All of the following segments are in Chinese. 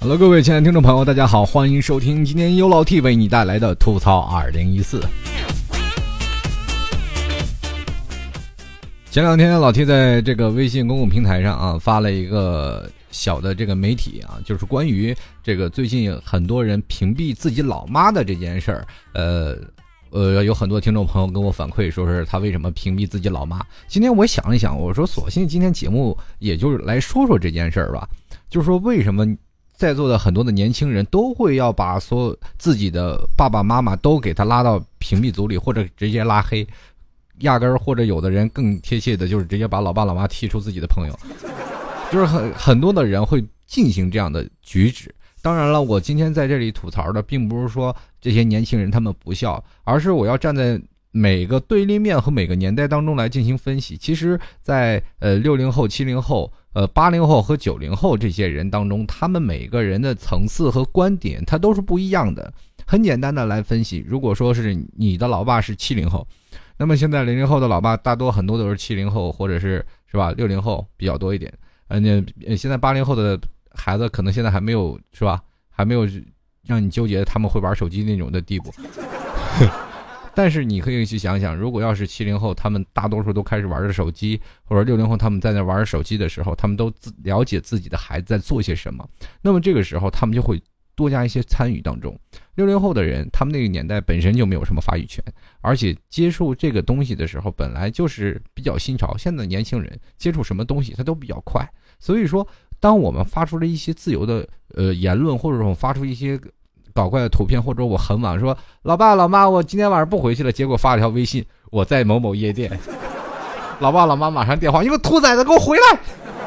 Hello， 各位亲爱的听众朋友，大家好，欢迎收听今天由老 T 为你带来的吐槽2014。前两天老 T 在这个微信公共平台上啊发了一个小的这个媒体啊，就是关于这个最近很多人屏蔽自己老妈的这件事儿。有很多听众朋友跟我反馈说是他为什么屏蔽自己老妈。今天我想一想，我说索性今天节目也就是来说说这件事儿吧，就是说为什么在座的很多的年轻人都会要把所有自己的爸爸妈妈都给他拉到屏蔽组里，或者直接拉黑，压根儿或者有的人更贴切的就是直接把老爸老妈踢出自己的朋友，就是很多的人会进行这样的举止。当然了，我今天在这里吐槽的并不是说这些年轻人他们不孝，而是我要站在每个对立面和每个年代当中来进行分析。其实在60后、70后、80后和90后这些人当中，他们每个人的层次和观点它都是不一样的。很简单的来分析，如果说是你的老爸是70后，那么现在00后的老爸大多很多都是70后或者是吧60后比较多一点。现在80后的孩子可能现在还没有是吧，还没有让你纠结他们会玩手机那种的地步。但是你可以去想想，如果要是70后他们大多数都开始玩着手机，或者60后他们在那玩手机的时候，他们都了解自己的孩子在做些什么，那么这个时候他们就会多加一些参与当中。60后的人他们那个年代本身就没有什么发语权，而且接触这个东西的时候本来就是比较新潮，现在的年轻人接触什么东西他都比较快，所以说当我们发出了一些自由的言论，或者说我发出一些搞怪的图片，或者我很晚说老爸老妈我今天晚上不回去了，结果发了条微信我在某某夜店，老爸老妈马上电话，你个兔崽子给我回来。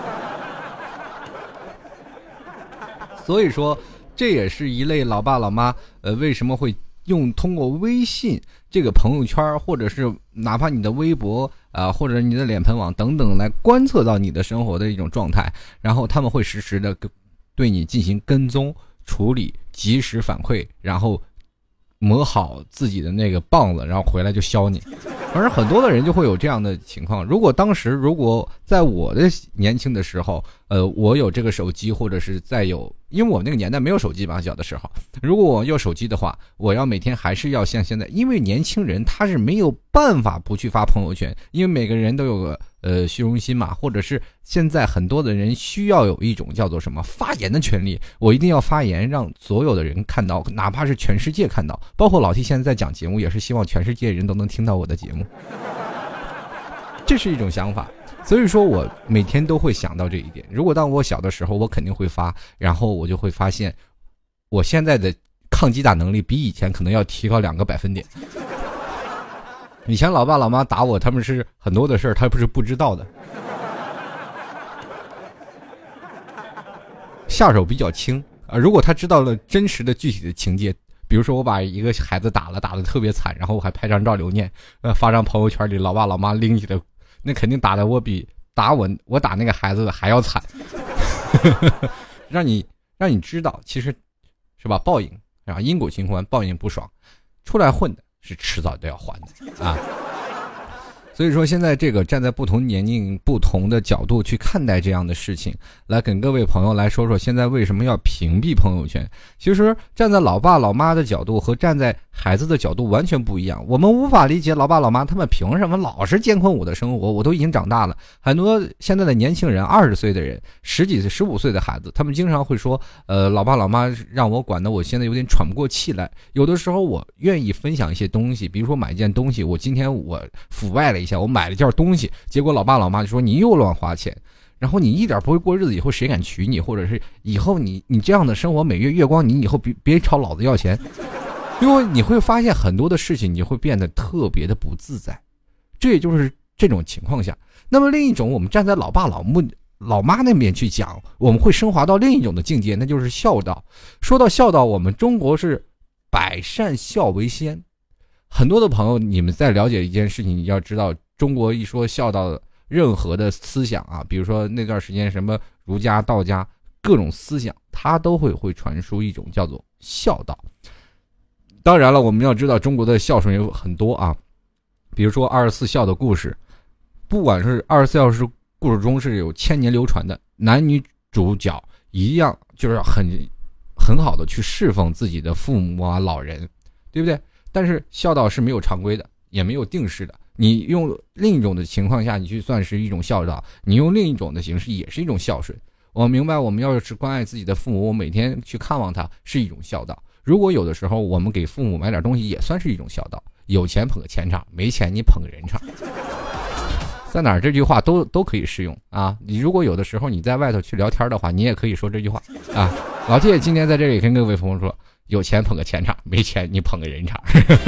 所以说这也是一类老爸老妈为什么会通过微信这个朋友圈，或者是哪怕你的微博或者你的脸盆网等等来观测到你的生活的一种状态，然后他们会实时的对你进行跟踪处理，及时反馈，然后磨好自己的那个棒子，然后回来就削你。反正很多的人就会有这样的情况。如果在我的年轻的时候我有这个手机，或者是因为我那个年代没有手机嘛，小的时候如果我有手机的话，我要每天还是要像现在，因为年轻人他是没有办法不去发朋友圈，因为每个人都有个虚荣心嘛，或者是现在很多的人需要有一种叫做什么发言的权利，我一定要发言让所有的人看到，哪怕是全世界看到，包括老 T 现在在讲节目也是希望全世界人都能听到我的节目，这是一种想法。所以说我每天都会想到这一点，如果当我小的时候我肯定会发，然后我就会发现我现在的抗击打能力比以前可能要提高2个百分点。以前老爸老妈打我，他们是很多的事儿他不是不知道的，下手比较轻如果他知道了真实的具体的情节，比如说我把一个孩子打得特别惨，然后我还拍张照留念发上朋友圈里，老爸老妈拎起来，那肯定打得我比我打那个孩子的还要惨。让你知道其实是吧，报应是吧，因果循环，报应不爽，出来混的是迟早都要还的啊。所以说现在这个站在不同年龄不同的角度去看待这样的事情，来跟各位朋友来说说现在为什么要屏蔽朋友圈。其实站在老爸老妈的角度和站在孩子的角度完全不一样，我们无法理解老爸老妈他们凭什么老是监控我的生活，我都已经长大了。很多现在的年轻人20岁的人10几岁15岁的孩子，他们经常会说老爸老妈让我管的我现在有点喘不过气来。有的时候我愿意分享一些东西，比如说买一件东西，我今天我腐败了一下，我买了件东西，结果老爸老妈就说你又乱花钱，然后你一点不会过日子，以后谁敢娶你，或者是以后你这样的生活每月月光，你以后别朝老子要钱。因为你会发现很多的事情你会变得特别的不自在，这也就是这种情况下。那么另一种，我们站在老爸老妈那边去讲，我们会升华到另一种的境界，那就是孝道。说到孝道，我们中国是百善孝为先。很多的朋友你们在了解一件事情，你要知道中国一说孝道，任何的思想啊，比如说那段时间什么儒家道家各种思想，它都会传输一种叫做孝道。当然了，我们要知道中国的孝顺有很多啊，比如说24孝的故事，不管是24孝是故事中是有千年流传的，男女主角一样就是很很好的去侍奉自己的父母啊、老人，对不对？但是孝道是没有常规的，也没有定式的。你用另一种的情况下，你去算是一种孝道；你用另一种的形式，也是一种孝顺。我明白，我们要是关爱自己的父母，我每天去看望他，是一种孝道。如果有的时候我们给父母买点东西，也算是一种孝道。有钱捧个钱场，没钱你捧个人场。在哪儿这句话都可以适用啊！你如果有的时候你在外头去聊天的话，你也可以说这句话啊。老谢今天在这里跟各位朋友说，有钱捧个钱场，没钱你捧个人场。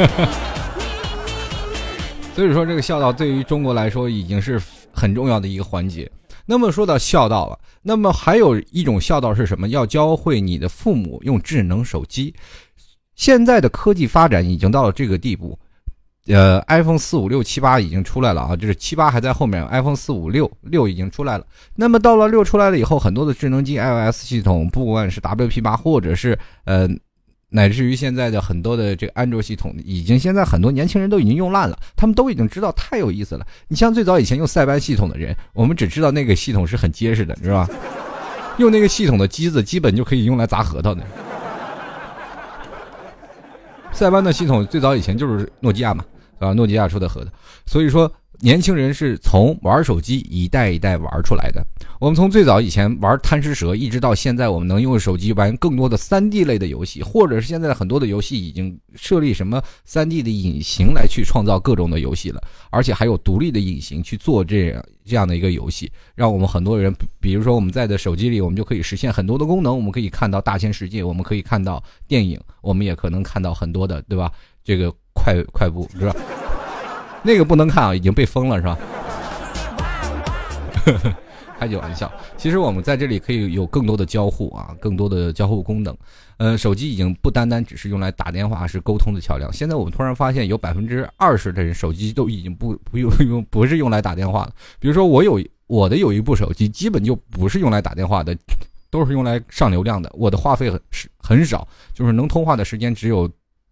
所以说这个孝道对于中国来说已经是很重要的一个环节。那么说到孝道了，那么还有一种孝道是什么？要教会你的父母用智能手机。现在的科技发展已经到了这个地步，iPhone 4、5、6、7、8已经出来了啊，就是7、8还在后面 ，iPhone 4、5、6已经出来了。那么到了6出来了以后，很多的智能机 iOS 系统，不管是 WP8 或者是乃至于现在的很多的这个安卓系统，已经现在很多年轻人都已经用烂了，他们都已经知道太有意思了。你像最早以前用塞班系统的人，我们只知道那个系统是很结实的，是吧？用那个系统的机子基本就可以用来砸核桃的。塞班的系统最早以前就是诺基亚嘛，啊，诺基亚出的核桃。所以说年轻人是从玩手机一代一代玩出来的。我们从最早以前玩贪吃蛇，一直到现在我们能用手机玩更多的 3D 类的游戏，或者是现在很多的游戏已经设立什么 3D 的引擎来去创造各种的游戏了，而且还有独立的引擎去做这样的一个游戏，让我们很多人，比如说我们在的手机里，我们就可以实现很多的功能，我们可以看到大千世界，我们可以看到电影，我们也可能看到很多的，对吧？这个快步是吧？那个不能看啊，已经被封了是吧？开句玩笑，其实我们在这里可以有更多的交互啊，更多的交互功能。手机已经不单单只是用来打电话是沟通的桥梁，现在我们突然发现有20%的人手机都已经不是用来打电话的。比如说我的有一部手机基本就不是用来打电话的，都是用来上流量的。我的话费很少，就是能通话的时间只有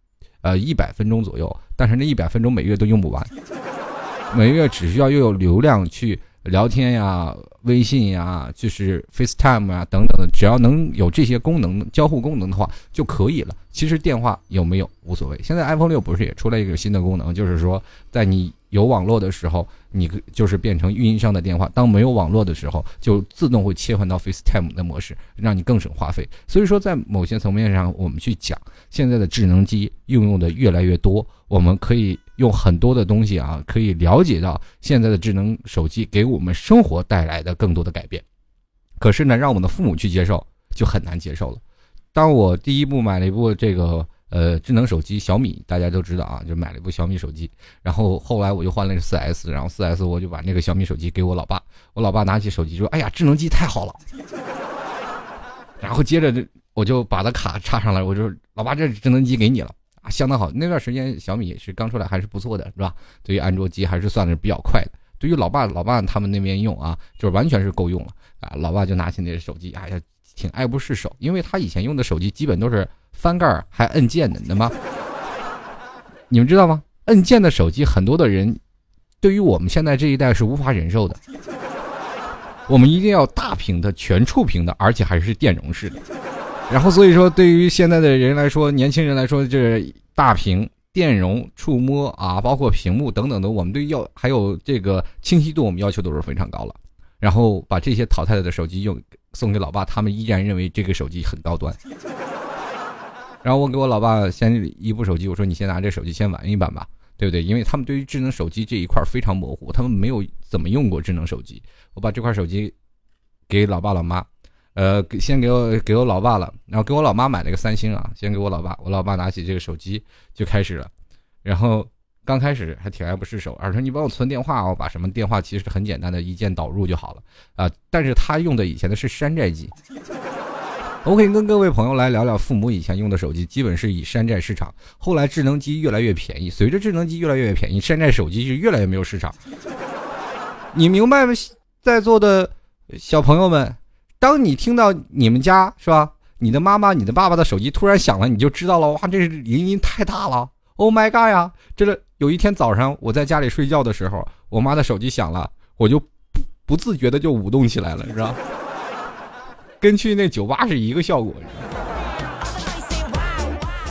100分钟左右，但是那100分钟每月都用不完，每月只需要又有流量去聊天呀、微信呀、就是 FaceTime 啊等等的，只要能有这些功能、交互功能的话就可以了。其实电话有没有无所谓。现在 iPhone 6不是也出了一个新的功能，就是说在你有网络的时候，你就是变成运营商的电话；当没有网络的时候，就自动会切换到 FaceTime 的模式，让你更省话费。所以说，在某些层面上，我们去讲现在的智能机应用的越来越多，我们可以用很多的东西啊，可以了解到现在的智能手机给我们生活带来的更多的改变。可是呢，让我们的父母去接受就很难接受了。当我第一部买了一部这个智能手机小米，大家都知道啊，就买了一部小米手机，然后后来我又换了个 4S， 然后 4S 我就把那个小米手机给我老爸，我老爸拿起手机说：“哎呀，智能机太好了。”然后接着我就把它卡插上来，我就说：“老爸，这智能机给你了啊，相当好。”那段时间小米是刚出来，还是不错的，是吧？对于安卓机还是算是比较快的。对于老爸他们那边用啊，就是完全是够用了啊。老爸就拿起那个手机，哎呀，挺爱不释手，因为他以前用的手机基本都是翻盖还摁键的，对吗？你们知道吗？摁键的手机，很多的人对于我们现在这一代是无法忍受的。我们一定要大屏的、全触屏的，而且还是电容式的。然后所以说，对于现在的人来说，年轻人来说，这大屏、电容、触摸啊，包括屏幕等等的，我们对还有这个清晰度，我们要求都是非常高了。然后把这些淘汰的手机送给老爸，他们依然认为这个手机很高端。然后我给我老爸先一部手机，我说你先拿这手机先玩一玩吧，对不对？因为他们对于智能手机这一块非常模糊，他们没有怎么用过智能手机。我把这块手机给老爸老妈，先给我老爸了，然后给我老妈买了个三星啊，先给我老爸，我老爸拿起这个手机就开始了，然后刚开始还挺爱不释手，而且你帮我存电话，我把什么电话其实很简单的一键导入就好了啊，但是他用的以前的是山寨机。我可以跟各位朋友来聊聊父母以前用的手机，基本是以山寨市场。后来智能机越来越便宜，随着智能机越来越便宜，山寨手机就越来越没有市场。你明白吗？在座的小朋友们，当你听到你们家是吧，你的妈妈、你的爸爸的手机突然响了，你就知道了，哇，这铃音太大了 ，Oh my god 呀！有一天早上我在家里睡觉的时候，我妈的手机响了，我就不自觉的就舞动起来了，是吧？跟去那酒吧是一个效果。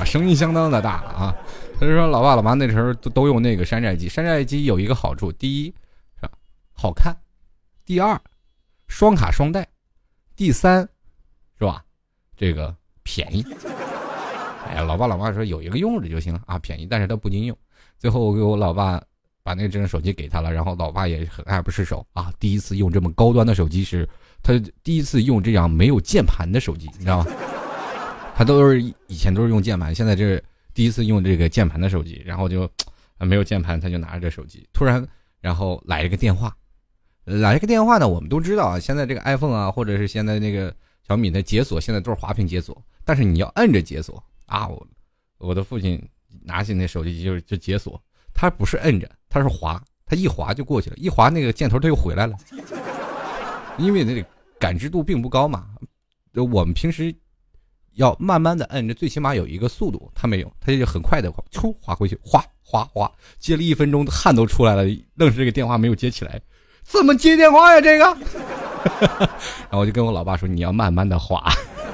声音相当的大啊。所以说老爸老妈那时候都用那个山寨机，山寨机有一个好处，第一好看，第二双卡双待，第三是吧这个便宜。哎呀，老爸老妈说有一个用着就行了啊，便宜，但是他不经用。最后我给我老爸把那个智能手机给他了，然后老爸也很爱不释手啊。第一次用这么高端的手机是他第一次用这样没有键盘的手机，你知道吗？他以前都是用键盘，现在这是第一次用这个键盘的手机，然后就没有键盘，他就拿着这手机，突然然后来了个电话。来一个电话呢，我们都知道啊，现在这个 iPhone 啊，或者是现在那个小米的解锁，现在都是滑屏解锁，但是你要摁着解锁啊。我的父亲拿起那手机就解锁，他不是摁着，他是滑，他一滑就过去了，一滑那个箭头他又回来了，因为那个感知度并不高嘛。我们平时要慢慢的摁着，最起码有一个速度，他没有，他就很快的滑回去，哗哗哗，接了1分钟汗都出来了，愣是这个电话没有接起来。怎么接电话呀这个？然后我就跟我老爸说，你要慢慢的滑。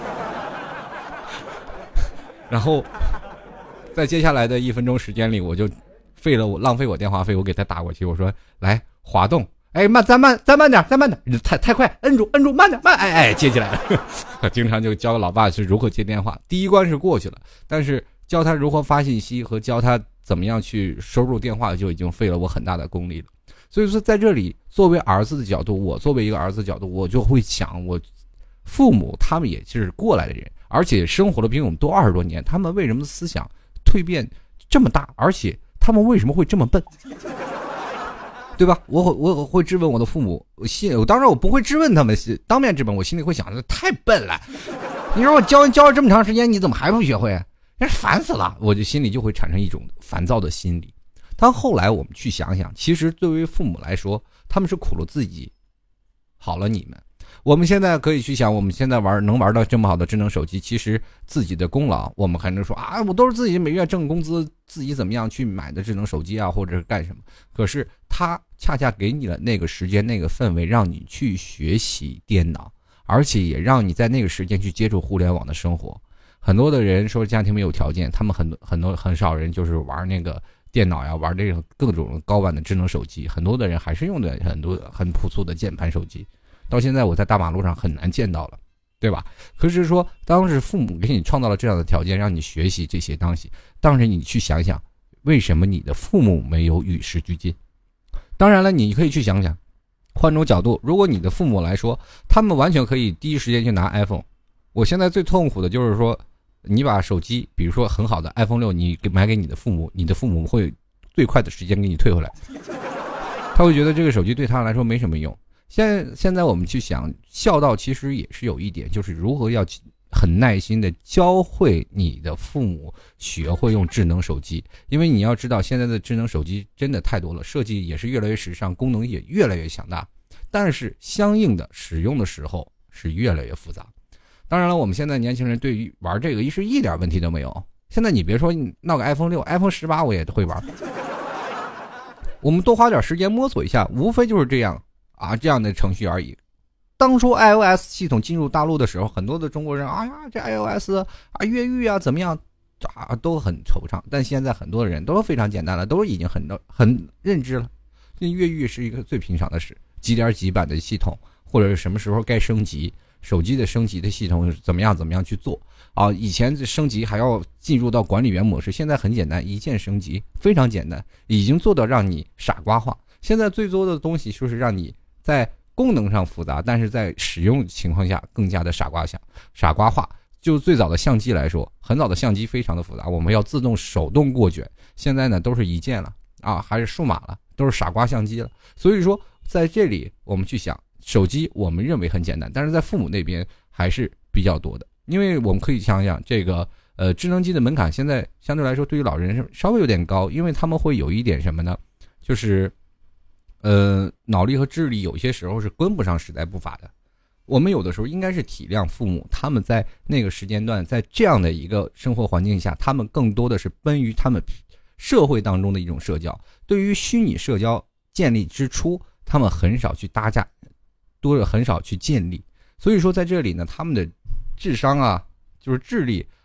然后在接下来的1分钟时间里，我就浪费我电话费，我给他打过去，我说来滑动，哎再慢点，太快，摁住慢点，哎接起来了。经常就教老爸是如何接电话，第一关是过去了，但是教他如何发信息和教他怎么样去收入电话就已经费了我很大的功力了。所以说在这里作为儿子的角度，我作为一个儿子的角度，我就会想，我父母他们也是过来的人，而且生活了比我们多20多年，他们为什么思想蜕变这么大，而且他们为什么会这么笨，对吧？我会质问我的父母，当然我不会质问他们，当面质问，我心里会想太笨了，你说我教了这么长时间，你怎么还不学会？烦死了，我就心里就会产生一种烦躁的心理。但后来我们去想想，其实对于父母来说，他们是苦了自己，好了你们。我们现在可以去想，我们现在能玩到这么好的智能手机，其实自己的功劳，我们还能说啊，我都是自己每月挣工资，自己怎么样去买的智能手机啊，或者是干什么。可是他恰恰给你了那个时间、那个氛围，让你去学习电脑，而且也让你在那个时间去接触互联网的生活。很多的人说家庭没有条件，他们很少人就是玩那个电脑呀，玩这种各种高版的智能手机，很多的人还是用的很朴素的键盘手机，到现在我在大马路上很难见到了，对吧？可是说当时父母给你创造了这样的条件，让你学习这些东西，当时你去想想，为什么你的父母没有与时俱进？当然了，你可以去想想，换种角度，如果你的父母来说，他们完全可以第一时间去拿 iPhone。我现在最痛苦的就是说，你把手机，比如说很好的 iPhone 6，你买给你的父母，你的父母会最快的时间给你退回来，他会觉得这个手机对他来说没什么用。现在我们去想，孝道其实也是有一点，就是如何要很耐心的教会你的父母学会用智能手机。因为你要知道，现在的智能手机真的太多了，设计也是越来越时尚，功能也越来越强大，但是相应的使用的时候是越来越复杂。当然了，我们现在年轻人对于玩这个是一点问题都没有。现在你别说你闹个 iPhone 6 iPhone 18我也会玩，我们多花点时间摸索一下，无非就是这样啊，这样的程序而已。当初 iOS 系统进入大陆的时候，很多的中国人这 iOS 啊越狱啊怎么样啊都很惆怅，但现在很多人都非常简单了，都已经很认知了，越狱是一个最平常的事，几点几版的系统，或者是什么时候该升级，手机的升级的系统怎么样去做啊？以前升级还要进入到管理员模式，现在很简单，一键升级，非常简单，已经做到让你傻瓜化。现在最多的东西就是让你在功能上复杂，但是在使用情况下更加的傻瓜化。就最早的相机来说，很早的相机非常的复杂，我们要手动过卷，现在呢都是一键了啊，还是数码了，都是傻瓜相机了。所以说在这里我们去想，手机我们认为很简单，但是在父母那边还是比较多的。因为我们可以想想这个智能机的门槛现在相对来说对于老人是稍微有点高，因为他们会有一点什么呢，就是脑力和智力有些时候是跟不上时代步伐的。我们有的时候应该是体谅父母，他们在那个时间段，在这样的一个生活环境下，他们更多的是奔于他们社会当中的一种社交。对于虚拟社交建立之初，他们很少去搭架，很少去建立。所以说在这里呢，他们的智商啊，就是智力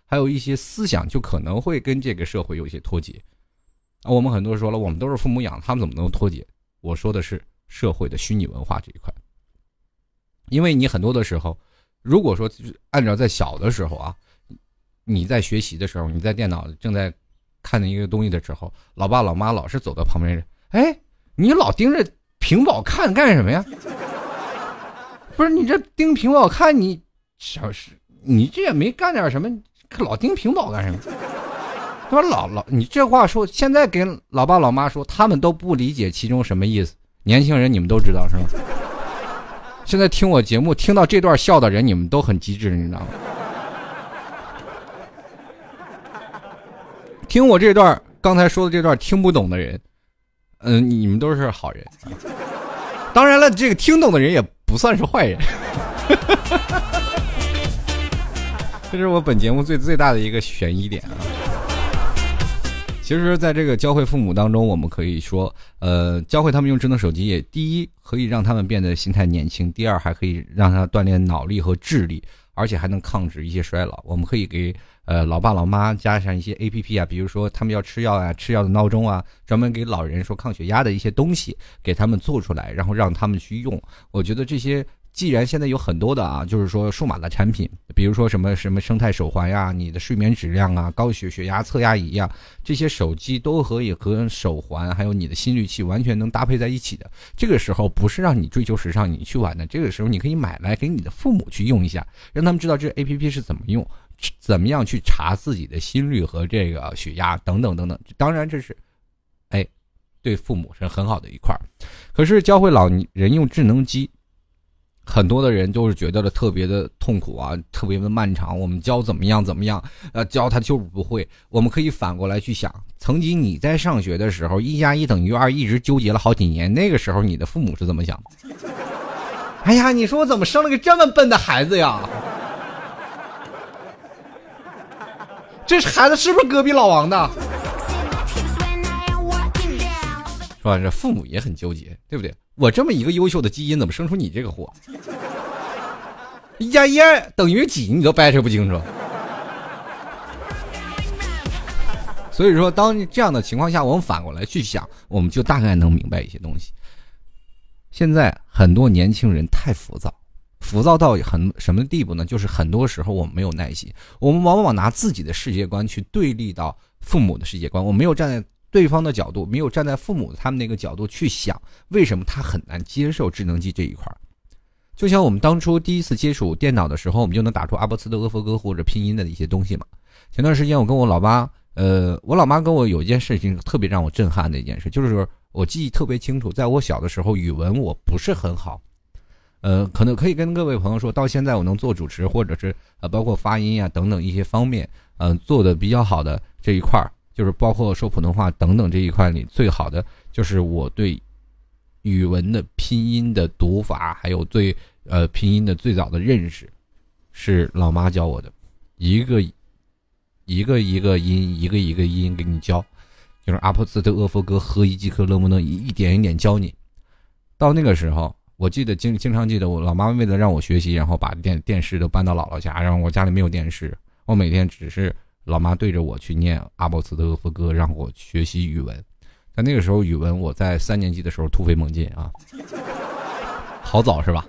还有一些思想就可能会跟这个社会有一些脱节。我们很多说了，我们都是父母养，他们怎么能脱节？我说的是社会的虚拟文化这一块。因为你很多的时候，如果说按照在小的时候啊，你在学习的时候，你在电脑正在看一个东西的时候，老爸老妈老是走到旁边，哎，你老盯着屏保看干什么呀？不是你这盯屏保看，你这也没干点什么，老盯屏保干什么？他说你这话说，现在给老爸老妈说，他们都不理解其中什么意思。年轻人你们都知道是吗？现在听我节目听到这段笑的人，你们都很机智，你知道吗？听我这段刚才说的这段听不懂的人，你们都是好人。当然了，这个听懂的人也不算是坏人。这是我本节目最大的一个悬疑点啊。其实在这个教会父母当中，我们可以说教会他们用智能手机，也第一可以让他们变得心态年轻，第二还可以让他锻炼脑力和智力，而且还能抗止一些衰老。我们可以给老爸老妈加上一些 APP 啊，比如说他们要吃药啊，吃药的闹钟啊，专门给老人说抗血压的一些东西给他们做出来，然后让他们去用。我觉得这些既然现在有很多的啊，就是说数码的产品，比如说什么生态手环呀，你的睡眠质量啊，高血压测压仪呀，这些手机都可以和手环还有你的心率器完全能搭配在一起的。这个时候不是让你追求时尚你去玩的，这个时候你可以买来给你的父母去用一下，让他们知道这 APP 是怎么用，怎么样去查自己的心率和这个血压等等等等。当然这是对父母是很好的一块。可是教会老人用智能机，很多的人就是觉得特别的痛苦啊，特别的漫长。我们教怎么样，教他就是不会。我们可以反过来去想，曾经你在上学的时候，1+1等于2，一直纠结了好几年，那个时候你的父母是怎么想的？哎呀，你说我怎么生了个这么笨的孩子呀？这孩子是不是隔壁老王的？是吧？这父母也很纠结，对不对？我这么一个优秀的基因，怎么生出你这个货？1+1等于几？你都掰扯不清楚。所以说，当这样的情况下，我们反过来去想，我们就大概能明白一些东西。现在很多年轻人太浮躁到什么地步呢？就是很多时候我们没有耐心，我们往往拿自己的世界观去对立到父母的世界观，我没有站在对方的角度，没有站在父母他们那个角度去想，为什么他很难接受智能机这一块。就像我们当初第一次接触电脑的时候，我们就能打出阿波茨的阿佛哥或者拼音的一些东西嘛。前段时间我跟我老妈我老妈跟我有一件事情特别让我震撼的一件事，就是我记忆特别清楚，在我小的时候语文我不是很好，可能可以跟各位朋友说，到现在我能做主持或者是包括发音啊等等一些方面做的比较好的这一块，就是包括说普通话等等这一块里，最好的就是我对语文的拼音的读法，还有对拼音的最早的认识是老妈教我的，一个音一个音给你教，就是阿波茨特阿佛哥和一即可勒不能一点一点教你。到那个时候我记得经常记得我老妈为了让我学习，然后把电视都搬到姥姥家，然后我家里没有电视，我每天只是老妈对着我去念阿波茨特阿佛哥，让我学习语文。在那个时候语文我在3年级的时候突飞猛进啊，好早是吧？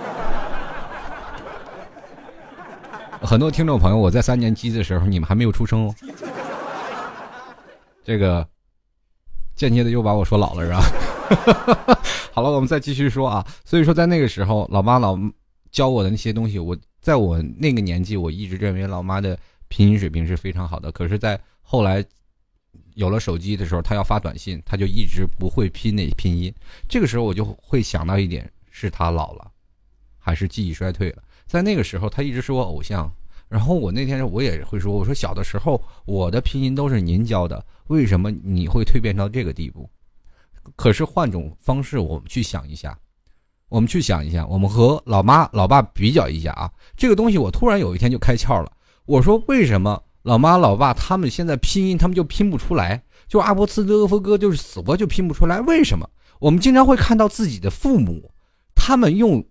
很多听众朋友，我在3年级的时候你们还没有出生哦。这个间接的又把我说老了是吧？好了，我们再继续说啊。所以说在那个时候老妈教我的那些东西，在我那个年纪我一直认为老妈的拼音水平是非常好的，可是在后来有了手机的时候，她要发短信，她就一直不会拼那拼音。这个时候我就会想到一点，是她老了还是记忆衰退了。在那个时候她一直是我偶像，然后我那天我也会说，我说小的时候我的拼音都是您教的，为什么你会蜕变到这个地步？可是换种方式我们去想一下，我们和老妈老爸比较一下啊，这个东西我突然有一天就开窍了。我说为什么老妈老爸他们现在拼音他们就拼不出来，就阿波茨特阿佛哥就是死活就拼不出来，为什么？我们经常会看到自己的父母他们用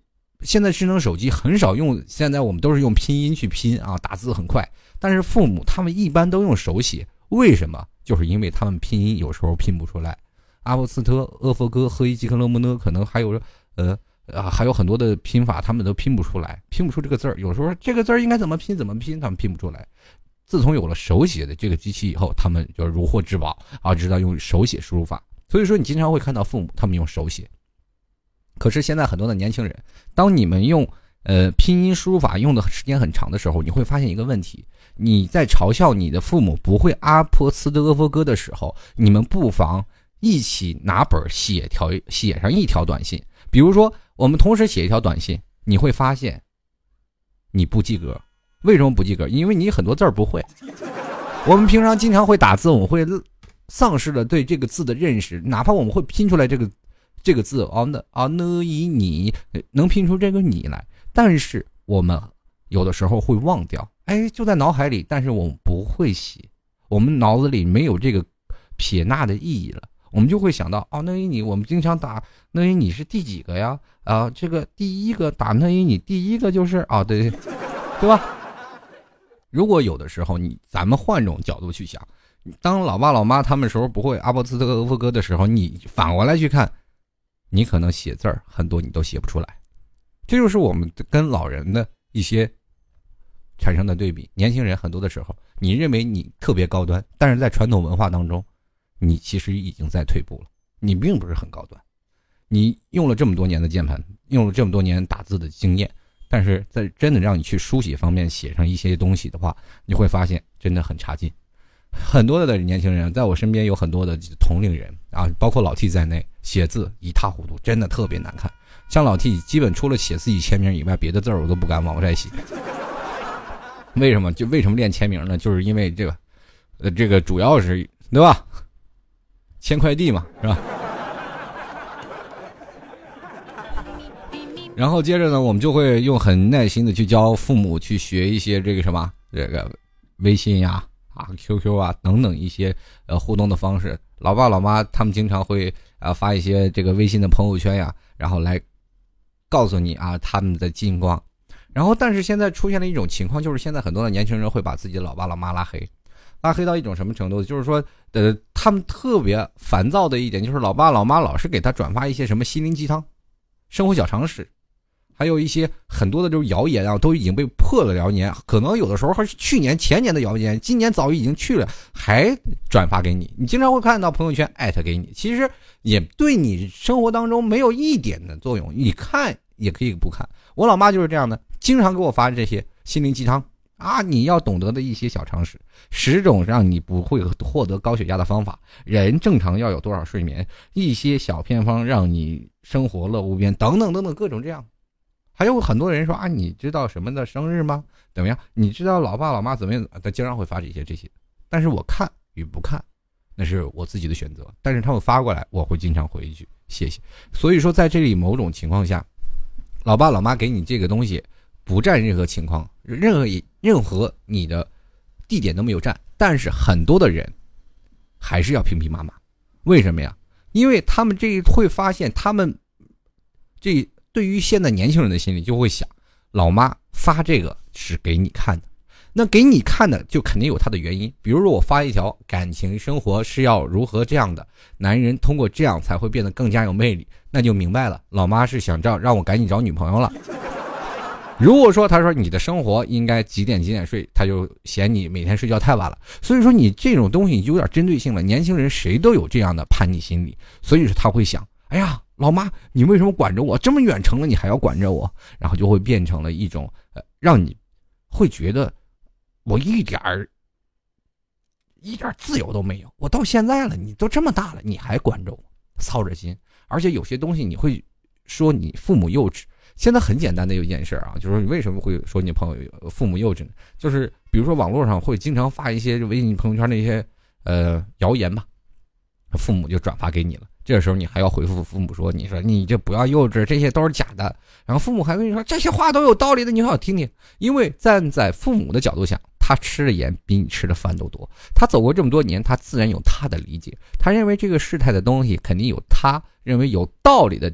现在智能手机很少用，现在我们都是用拼音去拼啊，打字很快。但是父母他们一般都用手写，为什么？就是因为他们拼音有时候拼不出来。阿波斯特、阿佛哥、赫伊吉克勒姆呢，可能还有还有很多的拼法，他们都拼不出来，拼不出这个字儿。有时候这个字儿应该怎么拼，他们拼不出来。自从有了手写的这个机器以后，他们就如获至宝啊，知道用手写输入法。所以说，你经常会看到父母他们用手写。可是现在很多的年轻人，当你们用拼音输入法用的时间很长的时候，你会发现一个问题：你在嘲笑你的父母不会阿波斯的阿佛哥的时候，你们不妨一起拿本写上一条短信。比如说我们同时写一条短信，你会发现你不及格。为什么不及格？因为你很多字不会。我们平常经常会打字，我们会丧失了对这个字的认识，哪怕我们会拼出来这个字你能拼出这个你来，但是我们有的时候会忘掉，就在脑海里，但是我们不会写，我们脑子里没有这个撇捺的意义了，我们就会想到那一你，我们经常打那一你是第几个呀？这个第一个打那一你，第一个就是对吧？如果有的时候咱们换种角度去想，当老爸老妈他们时候不会阿波斯特阿佛哥的时候，你反过来去看，你可能写字儿很多你都写不出来。这就是我们跟老人的一些产生的对比。年轻人很多的时候，你认为你特别高端，但是在传统文化当中，你其实已经在退步了，你并不是很高端。你用了这么多年的键盘，用了这么多年打字的经验，但是在真的让你去书写方面写上一些东西的话，你会发现真的很差劲。很多的年轻人，在我身边有很多的同龄人啊，包括老 T 在内，写字一塌糊涂，真的特别难看。像老 T 基本除了写自己签名以外，别的字我都不敢往外写。为什么练签名呢？就是因为这个主要是对吧？签快递嘛，是吧？然后接着呢，我们就会用很耐心的去教父母去学一些这个微信呀、QQ 啊等等一些互动的方式。老爸老妈他们经常会发一些这个微信的朋友圈呀，然后来告诉你他们的近况。然后但是现在出现了一种情况，就是现在很多的年轻人会把自己的老爸老妈拉黑到一种什么程度，就是说他们特别烦躁的一点就是老爸老妈老是给他转发一些什么心灵鸡汤、生活小常识，还有一些很多的这种谣言都已经被破了谣言，可能有的时候还是去年前年的谣言，今年早已经去了，还转发给你。你经常会看到朋友圈艾特给你，其实也对你生活当中没有一点的作用，你看也可以不看。我老妈就是这样的，经常给我发这些心灵鸡汤你要懂得的一些小常识，10种让你不会获得高血压的方法，人正常要有多少睡眠，一些小偏方让你生活乐无边，等等等等各种这样。还有很多人说你知道什么的生日吗？怎么样？你知道老爸老妈怎么样？他经常会发这些，但是我看与不看，那是我自己的选择。但是他们发过来，我会经常回一句谢谢。所以说，在这里某种情况下，老爸老妈给你这个东西，不占任何情况，任何你的地点都没有占，但是很多的人还是要评评骂骂。为什么呀？因为他们会发现，他们对于现在年轻人的心理就会想，老妈发这个是给你看的，那给你看的就肯定有它的原因。比如说我发一条感情生活是要如何这样的，男人通过这样才会变得更加有魅力，那就明白了，老妈是想让我赶紧找女朋友了。如果说他说你的生活应该几点睡，他就嫌你每天睡觉太晚了。所以说你这种东西你就有点针对性了，年轻人谁都有这样的叛逆心理，所以说他会想，哎呀老妈你为什么管着我，这么远程了你还要管着我，然后就会变成了一种让你会觉得我一点自由都没有，我到现在了，你都这么大了你还管着我，操着心。而且有些东西你会说你父母幼稚。现在很简单的一件事就是你为什么会说你父母幼稚呢？就是比如说网络上会经常发一些微信朋友圈的一些谣言吧，父母就转发给你了，这个时候你还要回复父母说，你说你这不要幼稚，这些都是假的。然后父母还跟你说这些话都有道理的，你好好听听。因为站在父母的角度想，他吃的盐比你吃的饭都多，他走过这么多年，他自然有他的理解，他认为这个事态的东西肯定有他认为有道理的地方，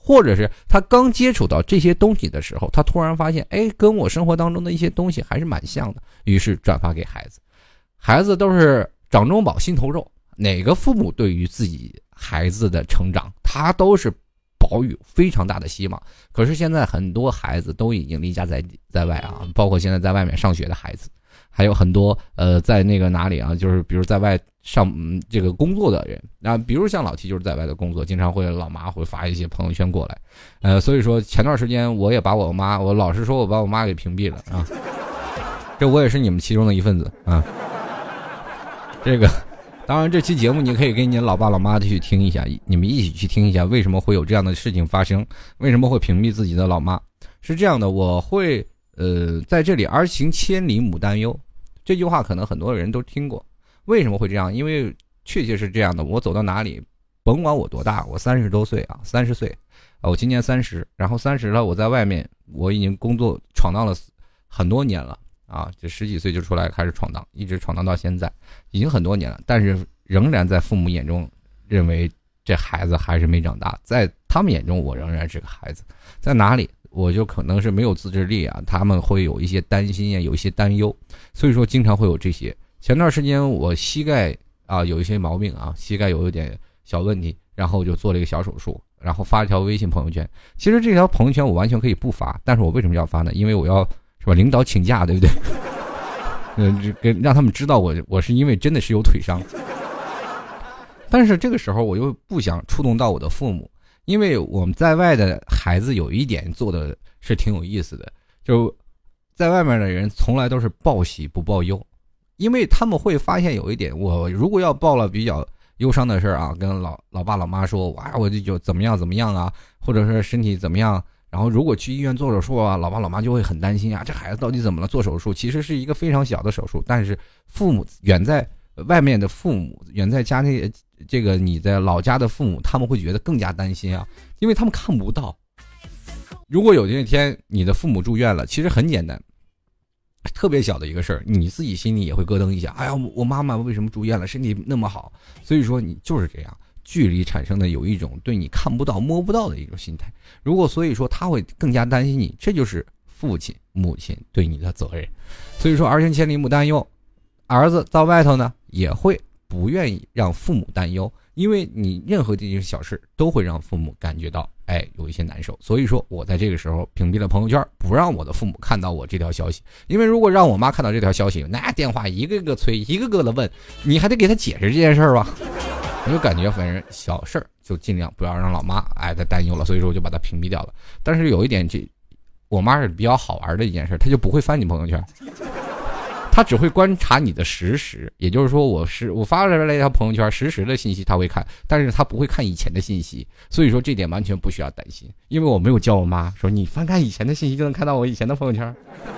或者是他刚接触到这些东西的时候，他突然发现，哎，跟我生活当中的一些东西还是蛮像的，于是转发给孩子。孩子都是掌中宝心头肉，哪个父母对于自己孩子的成长，他都是抱有非常大的希望。可是现在很多孩子都已经离家在外啊，包括现在在外面上学的孩子，还有很多在那个哪里啊，就是比如在外上这个工作的人啊，比如像老 T 就是在外的工作，经常会老妈会发一些朋友圈过来，所以说前段时间我也把我老实说我把我妈给屏蔽了啊，这我也是你们其中的一份子啊。这个当然这期节目你可以跟你老爸老妈去听一下，你们一起去听一下为什么会有这样的事情发生，为什么会屏蔽自己的老妈。是这样的，我会在这里儿行千里母担忧，这句话可能很多人都听过。为什么会这样？因为确切是这样的，我走到哪里甭管我多大，我30多岁啊，30岁啊，我今年30，然后30了，我在外面我已经工作闯荡了很多年了啊，这10几岁就出来开始闯荡，一直闯荡到现在，已经很多年了，但是仍然在父母眼中认为这孩子还是没长大，在他们眼中我仍然是个孩子。在哪里我就可能是没有自制力啊，他们会有一些担心啊，有一些担忧，所以说经常会有这些。前段时间我膝盖啊有一些毛病啊，膝盖有一点小问题，然后我就做了一个小手术，然后发一条微信朋友圈。其实这条朋友圈我完全可以不发，但是我为什么要发呢？因为我要是吧领导请假，对不对？让他们知道我是因为真的是有腿伤。但是这个时候我又不想触动到我的父母，因为我们在外的孩子有一点做的是挺有意思的，就在外面的人从来都是报喜不报忧，因为他们会发现有一点，我如果要报了比较忧伤的事啊，跟老爸老妈说，哇，我就怎么样啊，或者是身体怎么样，然后如果去医院做手术啊，老爸老妈就会很担心啊，这孩子到底怎么了？做手术其实是一个非常小的手术，但是父母远在外面的父母，远在家内这个你在老家的父母，他们会觉得更加担心啊，因为他们看不到。如果有一天你的父母住院了，其实很简单，特别小的一个事儿，你自己心里也会咯噔一下，哎呀，我妈妈为什么住院了，身体那么好。所以说你就是这样，距离产生的有一种对你看不到摸不到的一种心态，如果所以说他会更加担心你，这就是父亲母亲对你的责任。所以说儿行千里母担忧，儿子到外头呢也会不愿意让父母担忧，因为你任何这些小事都会让父母感觉到有一些难受。所以说我在这个时候屏蔽了朋友圈，不让我的父母看到我这条消息，因为如果让我妈看到这条消息，那电话一个个催，一个个的问，你还得给她解释这件事儿吧。我就感觉反正小事儿就尽量不要让老妈再担忧了，所以说我就把她屏蔽掉了。但是有一点，我妈是比较好玩的一件事，她就不会翻你朋友圈，他只会观察你的实时，也就是说我发出来一条朋友圈，实时的信息他会看，但是他不会看以前的信息，所以说这点完全不需要担心，因为我没有教我妈说你翻看以前的信息就能看到我以前的朋友圈。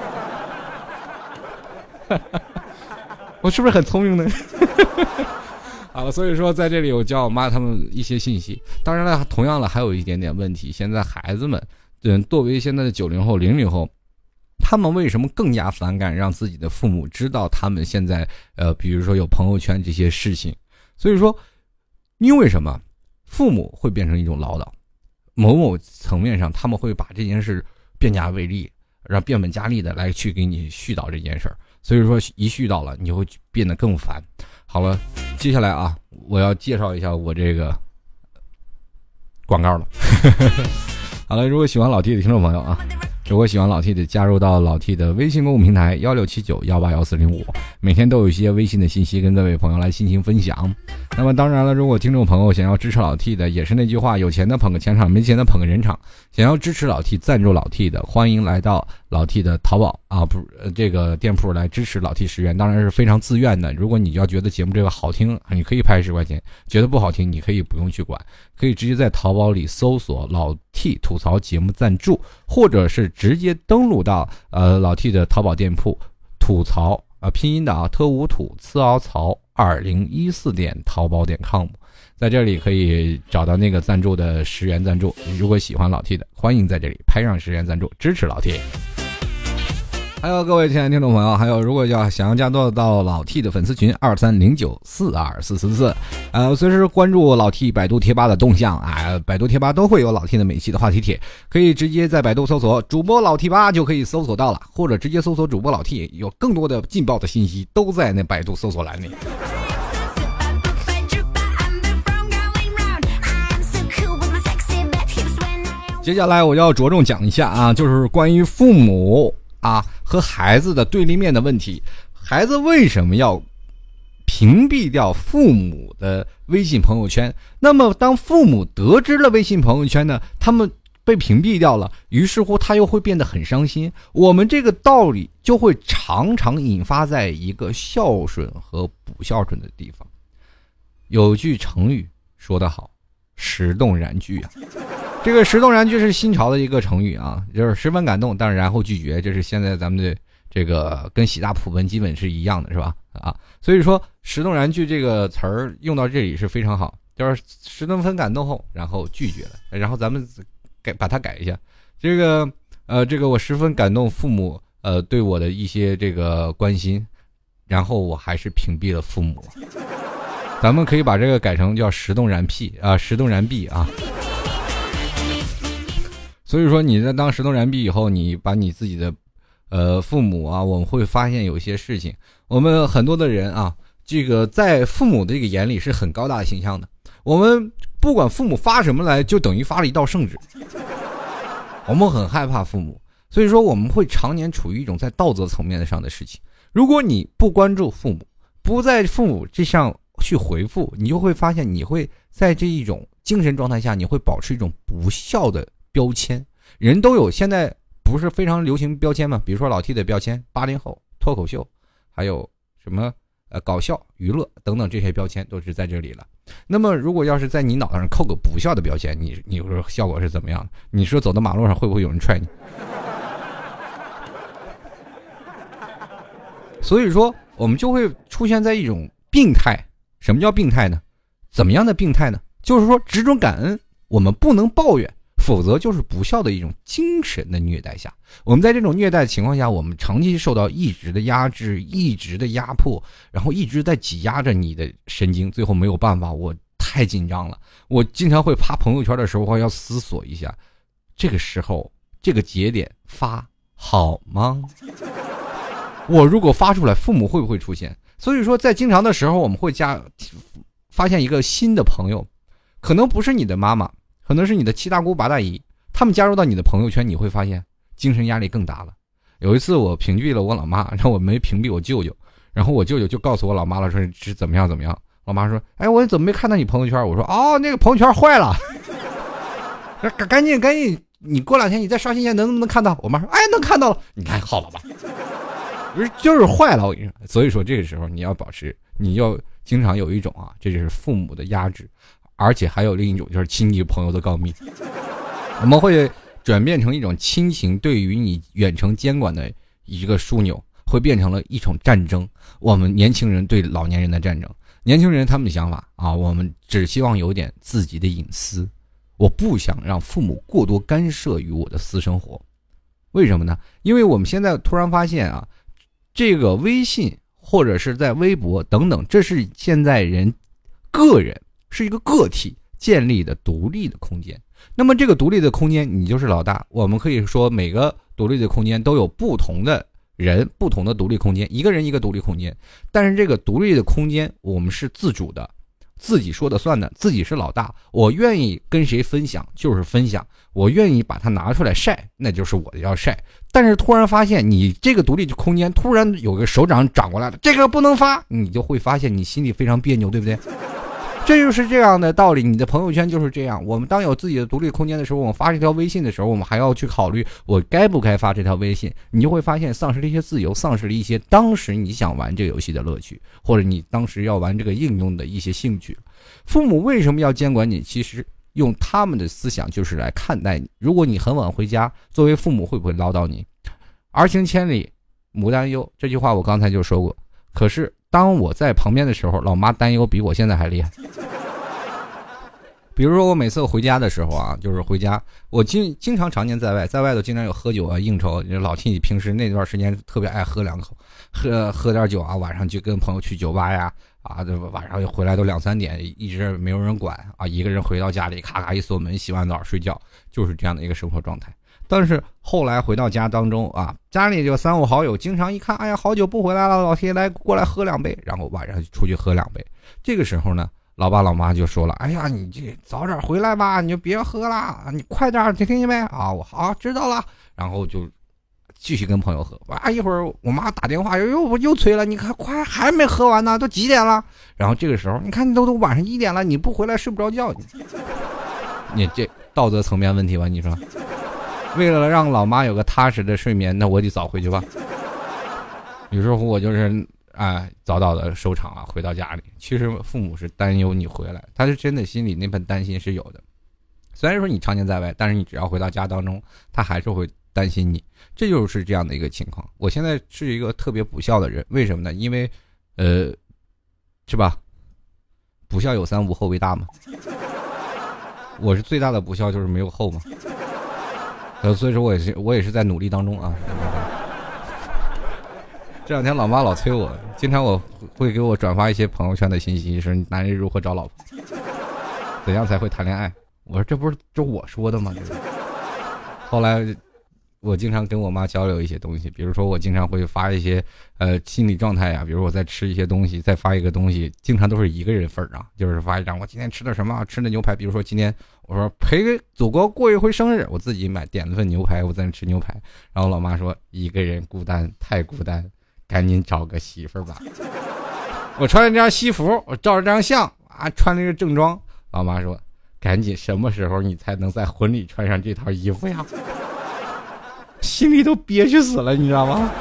我是不是很聪明呢？啊，所以说在这里我教我妈他们一些信息。当然了，同样了还有一点点问题，现在孩子们作为现在的90后00后，他们为什么更加反感让自己的父母知道他们现在比如说有朋友圈这些事情？所以说因为什么父母会变成一种唠叨，某层面上他们会把这件事变加为例，让变本加厉的来去给你絮叨这件事儿，所以说一絮叨了你就会变得更烦。好了，接下来啊我要介绍一下我这个广告了。好了，如果喜欢老 T 的听众朋友啊，如果喜欢老 T 的，加入到老 T 的微信公共平台1679181405，每天都有一些微信的信息跟各位朋友来进行分享。那么当然了，如果听众朋友想要支持老 T 的，也是那句话，有钱的捧个钱场，没钱的捧个人场。想要支持老 T 赞助老 T 的，欢迎来到老 T 的淘宝啊，这个店铺来支持老 T10元，当然是非常自愿的。如果你要觉得节目这个好听，你可以拍10块钱，觉得不好听你可以不用去管，可以直接在淘宝里搜索老 T 吐槽节目赞助，或者是直接登录到老 T 的淘宝店铺吐槽拼音的特无土次凹槽2014点淘宝点 com， 在这里可以找到那个赞助的10元赞助。如果喜欢老 T 的，欢迎在这里拍上10元赞助支持老 T。 还有各位亲爱的听众朋友，还有如果想要加入到老 T 的粉丝群2309424444，随时关注老 T 百度贴吧的动向啊，百度贴吧都会有老 T 的每期的话题帖，可以直接在百度搜索主播老 T 吧就可以搜索到了，或者直接搜索主播老 T， 有更多的劲爆的信息都在那百度搜索栏里。接下来我要着重讲一下啊，就是关于父母啊和孩子的对立面的问题。孩子为什么要屏蔽掉父母的微信朋友圈？那么当父母得知了微信朋友圈呢，他们被屏蔽掉了，于是乎他又会变得很伤心。我们这个道理就会常常引发在一个孝顺和不孝顺的地方。有句成语说得好，石动燃具啊。这个石动燃具是新潮的一个成语啊，就是十分感动，但是然后拒绝，这是现在咱们的这个跟喜大普奔基本是一样的，是吧？啊，所以说石动燃具这个词儿用到这里是非常好，就是十多分感动后，然后拒绝了，然后咱们把它改一下，这个我十分感动父母对我的一些这个关心，然后我还是屏蔽了父母，咱们可以把这个改成叫石动燃屁啊，石动燃壁啊。所以说你在当石动燃壁以后，你把你自己的父母啊，我们会发现有一些事情，我们很多的人啊，这个在父母的这个眼里是很高大形象的，我们不管父母发什么来，就等于发了一道圣旨，我们很害怕父母，所以说我们会常年处于一种在道德层面上的事情。如果你不关注父母，不在父母这上去回复，你就会发现你会在这一种精神状态下，你会保持一种不孝的标签。人都有，现在不是非常流行标签吗？比如说老 T 的标签，80后脱口秀，还有什么搞笑娱乐等等，这些标签都是在这里了。那么如果要是在你脑袋上扣个不孝的标签，你说效果是怎么样的？你说走到马路上会不会有人踹你？所以说我们就会出现在一种病态。什么叫病态呢？怎么样的病态呢？就是说只准感恩，我们不能抱怨，否则就是不孝的一种精神的虐待下。我们在这种虐待的情况下，我们长期受到一直的压制，一直的压迫，然后一直在挤压着你的神经，最后没有办法，我太紧张了，我经常会发朋友圈的时候要思索一下，这个时候这个节点发好吗？我如果发出来，父母会不会出现？所以说在经常的时候，我们会发现一个新的朋友，可能不是你的妈妈，可能是你的七大姑八大姨，他们加入到你的朋友圈，你会发现精神压力更大了。有一次我屏蔽了我老妈，然后我没屏蔽我舅舅，然后我舅舅就告诉我老妈了，说是怎么样怎么样。老妈说，哎，我怎么没看到你朋友圈？我说，哦，那个朋友圈坏了。赶紧你过2天你再刷新一下，能不能看到？我妈说，哎，能看到了。你看好了吧？就是坏了，我跟你说。所以说这个时候你要保持，你要经常有一种啊，这就是父母的压制，而且还有另一种就是亲戚朋友的告密。我们会转变成一种亲情对于你远程监管的一个枢纽，会变成了一种战争。我们年轻人对老年人的战争，年轻人他们的想法啊，我们只希望有点自己的隐私，我不想让父母过多干涉于我的私生活。为什么呢？因为我们现在突然发现啊，这个微信或者是在微博等等，这是现在个人是一个个体建立的独立的空间。那么这个独立的空间，你就是老大。我们可以说每个独立的空间都有不同的人，不同的独立空间，一个人一个独立空间。但是这个独立的空间我们是自主的，自己说的算的，自己是老大。我愿意跟谁分享就是分享，我愿意把它拿出来晒，那就是我的要晒。但是突然发现你这个独立的空间突然有个手掌长过来了，这个不能发，你就会发现你心里非常别扭，对不对？这就是这样的道理，你的朋友圈就是这样。我们当有自己的独立空间的时候，我们发这条微信的时候，我们还要去考虑我该不该发这条微信。你就会发现丧失了一些自由，丧失了一些当时你想玩这个游戏的乐趣，或者你当时要玩这个应用的一些兴趣。父母为什么要监管你？其实用他们的思想就是来看待你。如果你很晚回家，作为父母会不会唠叨你？儿行千里母担忧，这句话我刚才就说过。可是当我在旁边的时候，老妈担忧比我现在还厉害。 比如说我每次回家的时候啊，就是回家，我经常常年在外都经常有喝酒啊应酬。老替你平时那段时间特别爱喝两口，喝点酒啊，晚上就跟朋友去酒吧呀，啊，晚上回来都2、3点，一直没有人管啊，一个人回到家里，咔咔一锁门，洗完澡睡觉，就是这样的一个生活状态。但是后来回到家当中啊，家里就3、5好友，经常一看，哎呀，好久不回来了，老铁来过来喝2杯，然后晚上出去喝2杯。这个时候呢，老爸老妈就说了，哎呀，你这早点回来吧，你就别喝了，你快点，听见没啊？我好知道了，然后就继续跟朋友喝。啊，一会儿我妈打电话又催了，你看快还没喝完呢，都几点了？然后这个时候你看都晚上1点了，你不回来睡不着觉，你这道德层面问题吧？你说，为了让老妈有个踏实的睡眠，那我得早回去吧。有时候我就是早早的收场啊，回到家里。其实父母是担忧你回来，他是真的心里那份担心是有的。虽然说你常年在外，但是你只要回到家当中，他还是会担心你。这就是这样的一个情况。我现在是一个特别不孝的人，为什么呢？因为是吧？不孝有3，无后为大嘛。我是最大的不孝，就是没有后嘛。所以说我也是在努力当中啊。这2天老妈老催我，经常我会给我转发一些朋友圈的信息，说男人如何找老婆，怎样才会谈恋爱。我说这不是就我说的吗？后来我经常跟我妈交流一些东西，比如说我经常会发一些心理状态啊，比如我在吃一些东西，再发一个东西，经常都是一个人份啊，就是发一张我今天吃的什么，吃的牛排。比如说今天我说陪祖国过一回生日，我自己点了份牛排，我在那吃牛排，然后老妈说一个人孤单太孤单，赶紧找个媳妇儿吧。我穿了这张西服，我照着这张相啊，穿了一个正装。老妈说赶紧，什么时候你才能在婚礼穿上这套衣服呀？心里都憋屈死了，你知道吗？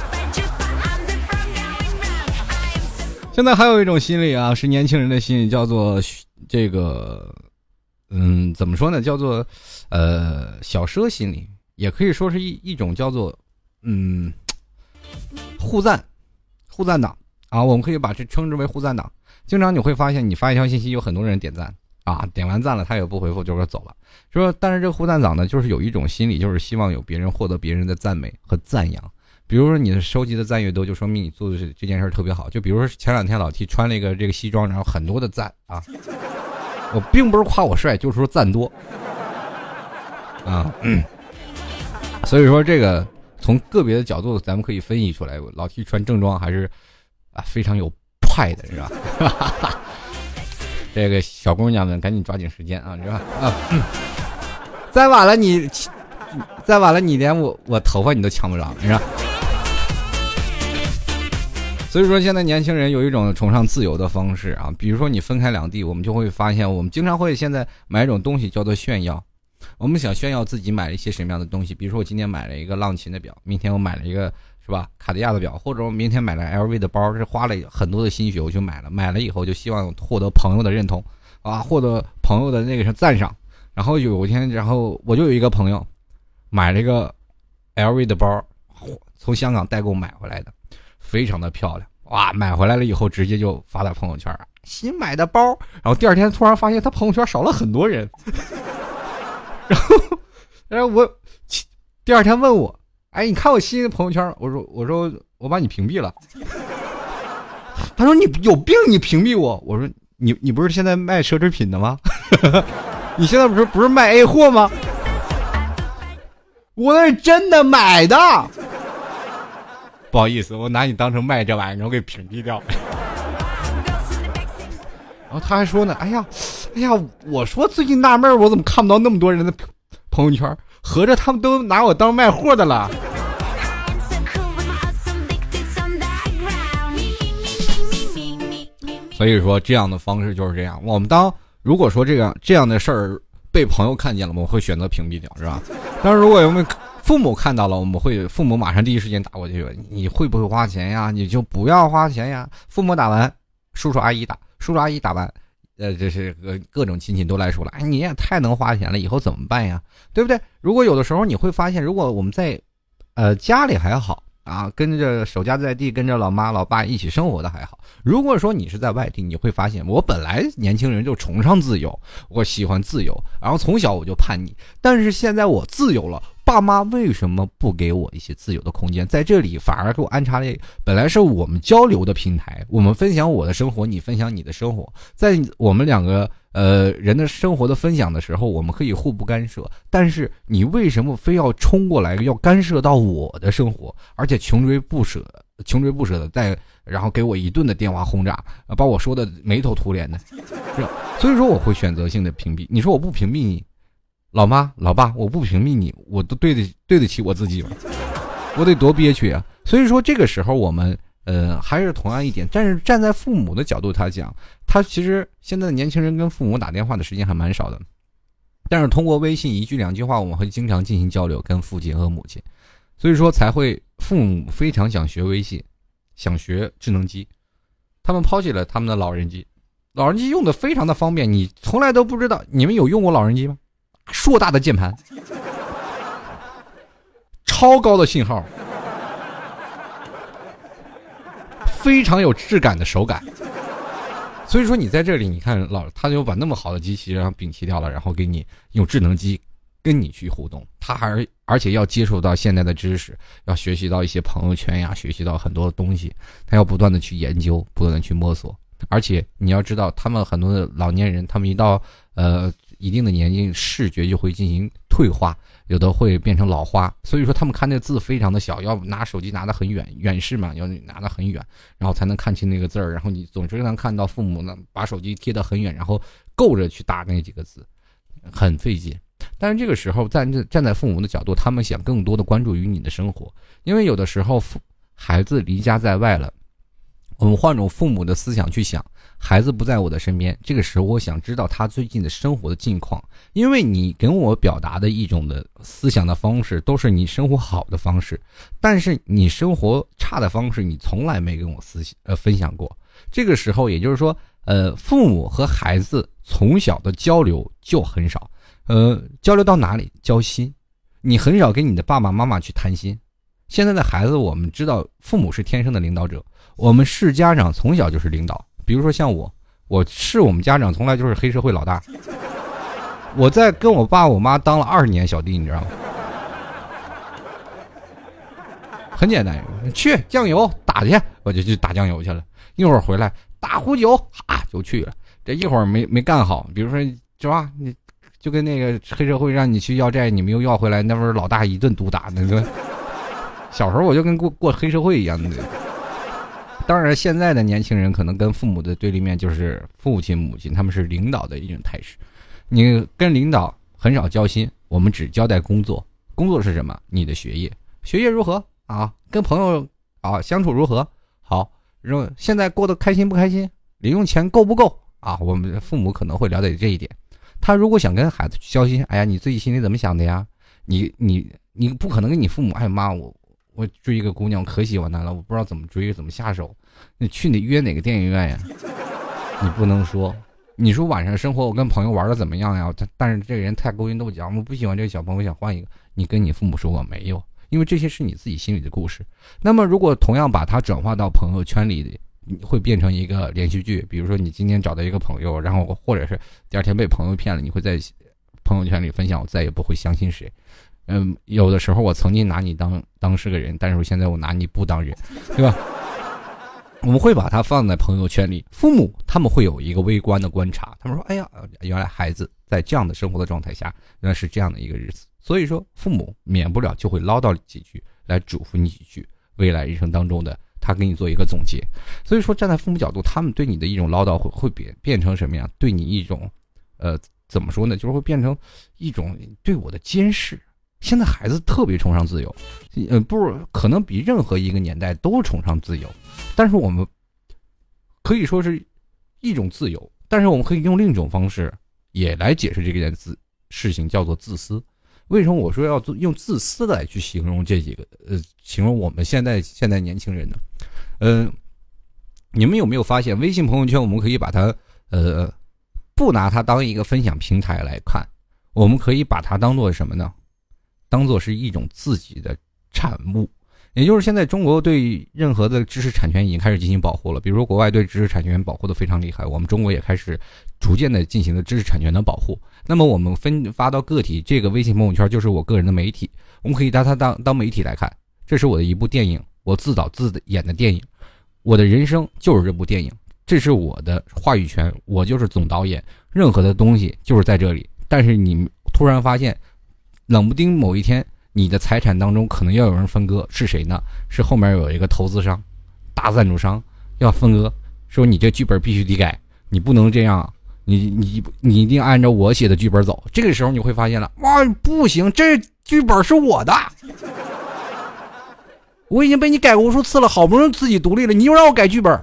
现在还有一种心理啊，是年轻人的心理，叫做这个怎么说呢，叫做小奢心理，也可以说是一种叫做互赞党啊，我们可以把这称之为互赞党。经常你会发现，你发一条信息，有很多人点赞啊，点完赞了，他也不回复，就说走了。说，但是这个互赞党呢，就是有一种心理，就是希望有别人获得别人的赞美和赞扬。比如说你的收集的赞越多，就说明你做的这件事特别好。就比如说前2天老 T 穿了一个这个西装，然后很多的赞啊，我并不是夸我帅，就是说赞多啊。所以说这个从个别的角度，咱们可以分析出来，老 T 穿正装还是非常有派的，是吧？这个小姑娘们赶紧抓紧时间啊，是吧？再晚了你连我头发你都抢不着，是吧？所以说现在年轻人有一种崇尚自由的方式啊，比如说你分开两地，我们就会发现，我们经常会现在买一种东西叫做炫耀。我们想炫耀自己买了一些什么样的东西，比如说我今天买了一个浪琴的表，明天我买了一个是吧卡地亚的表，或者我明天买了 LV 的包，是花了很多的心血我就买了以后就希望获得朋友的认同啊，获得朋友的那个赞赏。然后有一天，然后我就有一个朋友买了一个 LV 的包，从香港代购买回来的，非常的漂亮哇！买回来了以后直接就发到朋友圈，新买的包。然后第2天突然发现他朋友圈少了很多人，然后我第2天问我，哎，你看我新的朋友圈？我说我把你屏蔽了。他说你有病，你屏蔽我？我说你不是现在卖奢侈品的吗？你现在不是卖 A 货吗？我那是真的买的。不好意思，我拿你当成卖这玩意儿，然后给屏蔽掉。然后他还说呢，哎呀，我说最近纳闷，我怎么看不到那么多人的朋友圈？合着他们都拿我当卖货的了。所以说这样的方式就是这样。我们如果说这样的事儿被朋友看见了，我们会选择屏蔽掉，是吧？但是如果我们父母看到了，父母马上第一时间打过去，你会不会花钱呀？你就不要花钱呀。父母打完，叔叔阿姨打完，这是各种亲戚都来说了，哎，你也太能花钱了，以后怎么办呀？对不对？如果有的时候你会发现，如果我们在家里还好啊，跟着守家在地，跟着老妈老爸一起生活的还好。如果说你是在外地，你会发现我本来年轻人就崇尚自由，我喜欢自由，然后从小我就叛逆，但是现在我自由了，爸妈为什么不给我一些自由的空间？在这里反而给我安插了，本来是我们交流的平台，我们分享我的生活，你分享你的生活，在我们两个人的生活的分享的时候，我们可以互不干涉，但是你为什么非要冲过来要干涉到我的生活，而且穷追不舍的再然后给我一顿的电话轰炸，把我说的眉头土脸的，所以说我会选择性的屏蔽。你说我不屏蔽你，老妈老爸，我不屏蔽你，我都对得起我自己吗？我得多憋屈啊！所以说这个时候我们还是同样一点，但是站在父母的角度他讲，他其实现在的年轻人跟父母打电话的时间还蛮少的，但是通过微信一句两句话，我们会经常进行交流，跟父亲和母亲，所以说才会父母非常想学微信，想学智能机，他们抛弃了他们的老人机，老人机用的非常的方便，你从来都不知道，你们有用过老人机吗？硕大的键盘，超高的信号，非常有质感的手感。所以说你在这里，你看他就把那么好的机器然后摒弃掉了，然后给你用智能机跟你去互动，他而且要接触到现在的知识，要学习到一些朋友圈呀，学习到很多东西，他要不断的去研究，不断的去摸索。而且你要知道，他们很多的老年人，他们一到一定的年纪，视觉就会进行退化，有的会变成老花，所以说他们看那字非常的小，要拿手机拿得很远，远视嘛，要拿得很远，然后才能看清那个字儿，然后你总是能看到父母呢把手机贴得很远，然后够着去打那几个字，很费劲。但是这个时候站在父母的角度，他们想更多的关注于你的生活，因为有的时候孩子离家在外了，我们换种父母的思想去想，孩子不在我的身边，这个时候我想知道他最近的生活的近况，因为你跟我表达的一种的思想的方式都是你生活好的方式，但是你生活差的方式你从来没跟我分享过。这个时候也就是说父母和孩子从小的交流就很少，交流到哪里？交心，你很少跟你的爸爸妈妈去谈心。现在的孩子，我们知道父母是天生的领导者，我们是家长从小就是领导。比如说像我是我们家长从来就是黑社会老大，我在跟我爸我妈当了20年小弟，你知道吗？很简单，去酱油打去，我就去打酱油去了，一会儿回来打壶酒就去了，这一会儿没干好，比如说是吧，你就跟那个黑社会让你去要债，你们又要回来，那不是老大一顿毒打，那个小时候我就跟过黑社会一样的。当然现在的年轻人可能跟父母的对立面就是父亲母亲，他们是领导的一种态势，你跟领导很少交心，我们只交代工作，工作是什么？你的学业如何啊？跟朋友相处如何？好，现在过得开心不开心？零用钱够不够啊？我们父母可能会了解这一点。他如果想跟孩子去交心，哎呀，你自己心里怎么想的呀？你不可能跟你父母，哎妈，我追一个姑娘可喜欢她了，我不知道怎么追怎么下手，你去约哪个电影院呀？你不能说，你说晚上生活我跟朋友玩的怎么样呀？但是这个人太勾心斗角，我不喜欢这个小朋友，想换一个，你跟你父母说过没有？因为这些是你自己心里的故事。那么如果同样把它转化到朋友圈里，会变成一个连续剧，比如说你今天找到一个朋友，然后或者是第二天被朋友骗了，你会在朋友圈里分享我再也不会相信谁。有的时候我曾经拿你当是个人，但是现在我拿你不当人，对吧？我们会把它放在朋友圈里，父母他们会有一个微观的观察，他们说哎呀，原来孩子在这样的生活的状态下原来是这样的一个日子，所以说父母免不了就会唠叨几句，来嘱咐你几句未来人生当中的，他给你做一个总结。所以说站在父母角度，他们对你的一种唠叨会变成什么样？对你一种怎么说呢，就是会变成一种对我的监视。现在孩子特别崇尚自由，不是可能比任何一个年代都崇尚自由，但是我们可以说是一种自由，但是我们可以用另一种方式也来解释这件事情，叫做自私。为什么我说要用自私来去形容这几个形容我们现在年轻人呢？你们有没有发现微信朋友圈我们可以把它不拿它当一个分享平台来看，我们可以把它当做什么呢？当做是一种自己的产物。 也就是现在中国对任何的知识产权已经开始进行保护了，比如说国外对知识产权保护的非常厉害，我们中国也开始逐渐的进行了知识产权的保护。那么我们分发到个体，这个微信朋友圈就是我个人的媒体，我们可以拿它当媒体来看，这是我的一部电影，我自导自演的电影，我的人生就是这部电影，这是我的话语权，我就是总导演，任何的东西就是在这里。但是你突然发现，冷不丁某一天你的财产当中可能要有人分割，是谁呢？是后面有一个投资商、大赞助商要分割，说你这剧本必须得改，你不能这样，你一定按照我写的剧本走。这个时候你会发现了，哇，不行，这剧本是我的，我已经被你改过无数次了，好不容易自己独立了，你又让我改剧本，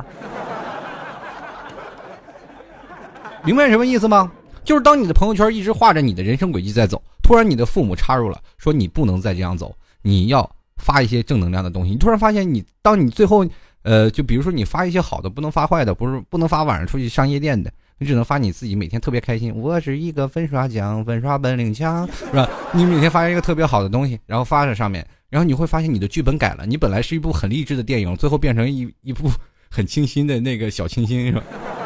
明白什么意思吗？就是当你的朋友圈一直画着你的人生轨迹在走，突然你的父母插入了，说你不能再这样走，你要发一些正能量的东西。你突然发现当你最后就比如说你发一些好的，不能发坏的，不能发晚上出去上夜店的，你只能发你自己每天特别开心，我是一个粉刷匠，粉刷本领强，是吧？你每天发一个特别好的东西，然后发在上面，然后你会发现你的剧本改了，你本来是一部很励志的电影，最后变成一部很清新的那个小清新，是吧？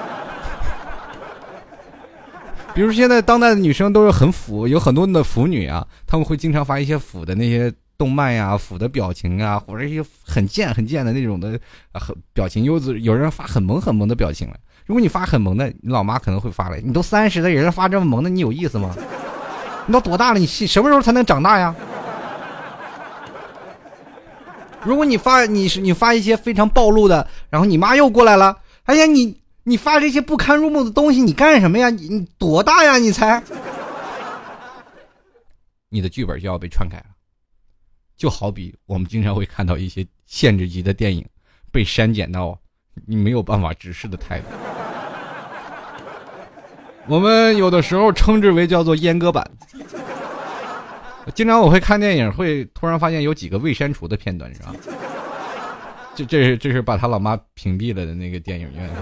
比如现在当代的女生都是很腐，有很多的腐女啊，她们会经常发一些腐的那些动漫呀、腐的表情啊，或者一些很贱的那种的表情，有人发很萌的表情了。如果你发很萌的，你老妈可能会发来，你都30的人发这么萌的，你有意思吗？你都多大了，你什么时候才能长大呀？如果你发一些非常暴露的，然后你妈又过来了，哎呀你发这些不堪入目的东西，你干什么呀？你多大呀？你才，你的剧本就要被篡改了。就好比我们经常会看到一些限制级的电影被删减到你没有办法直视的态度。我们有的时候称之为叫做阉割版。经常我会看电影，会突然发现有几个未删除的片段，是吧？这是把他老妈屏蔽了的那个电影院。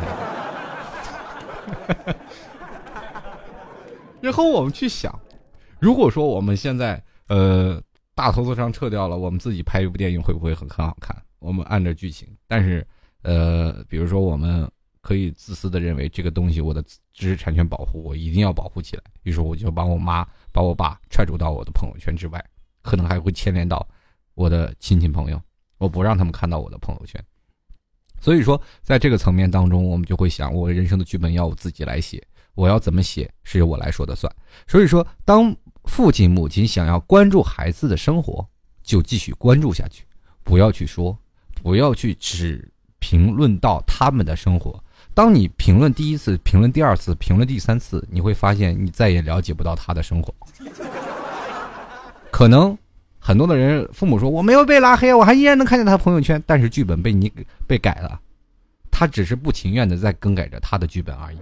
然后我们去想，如果说我们现在大投资商撤掉了，我们自己拍一部电影会不会很好看？我们按着剧情，但是比如说我们可以自私的认为这个东西我的知识产权保护我一定要保护起来，于是我就把我妈把我爸踹出到我的朋友圈之外，可能还会牵连到我的亲戚朋友，我不让他们看到我的朋友圈。所以说在这个层面当中，我们就会想，我人生的剧本要我自己来写，我要怎么写是由我来说的算。所以说当父亲母亲想要关注孩子的生活，就继续关注下去，不要去说，不要去只评论到他们的生活。当你评论第一次，评论第二次，评论第三次，你会发现你再也了解不到他的生活。可能很多的人父母说我没有被拉黑，我还依然能看见他朋友圈，但是剧本被改了，他只是不情愿的在更改着他的剧本而已。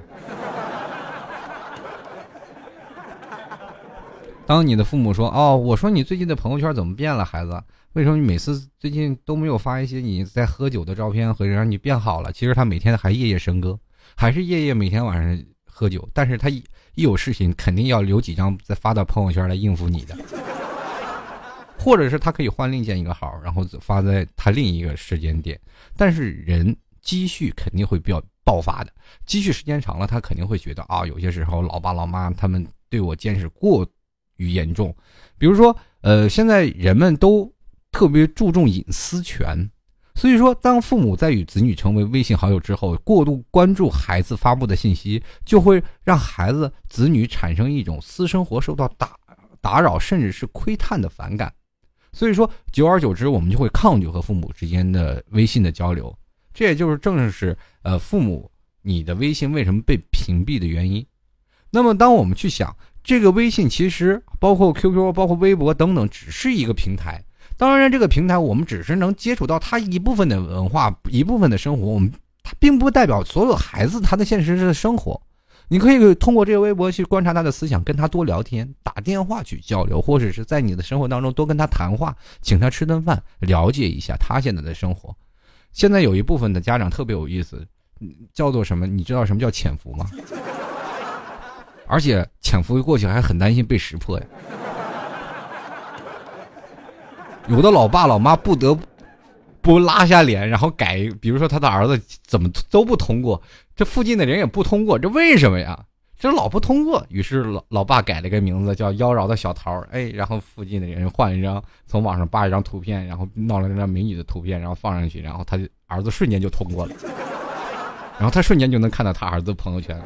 当你的父母说我说你最近的朋友圈怎么变了，孩子，为什么你每次最近都没有发一些你在喝酒的照片和让你变好了？其实他每天还夜夜笙歌，还是夜夜每天晚上喝酒，但是他一有事情肯定要留几张再发到朋友圈来应付你的。或者是他可以换另建一个号，然后发在他另一个时间点。但是人积蓄肯定会爆发的，积蓄时间长了，他肯定会觉得有些时候老爸老妈他们对我监视过于严重。比如说现在人们都特别注重隐私权，所以说当父母在与子女成为微信好友之后，过度关注孩子发布的信息，就会让孩子子女产生一种私生活受到打扰甚至是窥探的反感。所以说久而久之，我们就会抗拒和父母之间的微信的交流。这也就是正是父母你的微信为什么被屏蔽的原因。那么当我们去想，这个微信其实包括 QQ 包括微博等等只是一个平台，当然这个平台我们只是能接触到它一部分的文化，一部分的生活，它并不代表所有孩子他的现实的生活。你可以通过这个微博去观察他的思想，跟他多聊天，打电话去交流，或者是在你的生活当中多跟他谈话，请他吃顿饭，了解一下他现在的生活。现在有一部分的家长特别有意思，叫做什么？你知道什么叫潜伏吗？而且潜伏过去还很担心被识破呀。有的老爸老妈不得不拉下脸，然后改，比如说他的儿子怎么都不通过，这附近的人也不通过，这为什么呀？这老不通过，于是老爸改了个名字叫妖娆的小桃，然后附近的人换了一张，从网上扒一张图片，然后闹了那张美女的图片，然后放上去，然后他儿子瞬间就通过了，然后他瞬间就能看到他儿子朋友圈，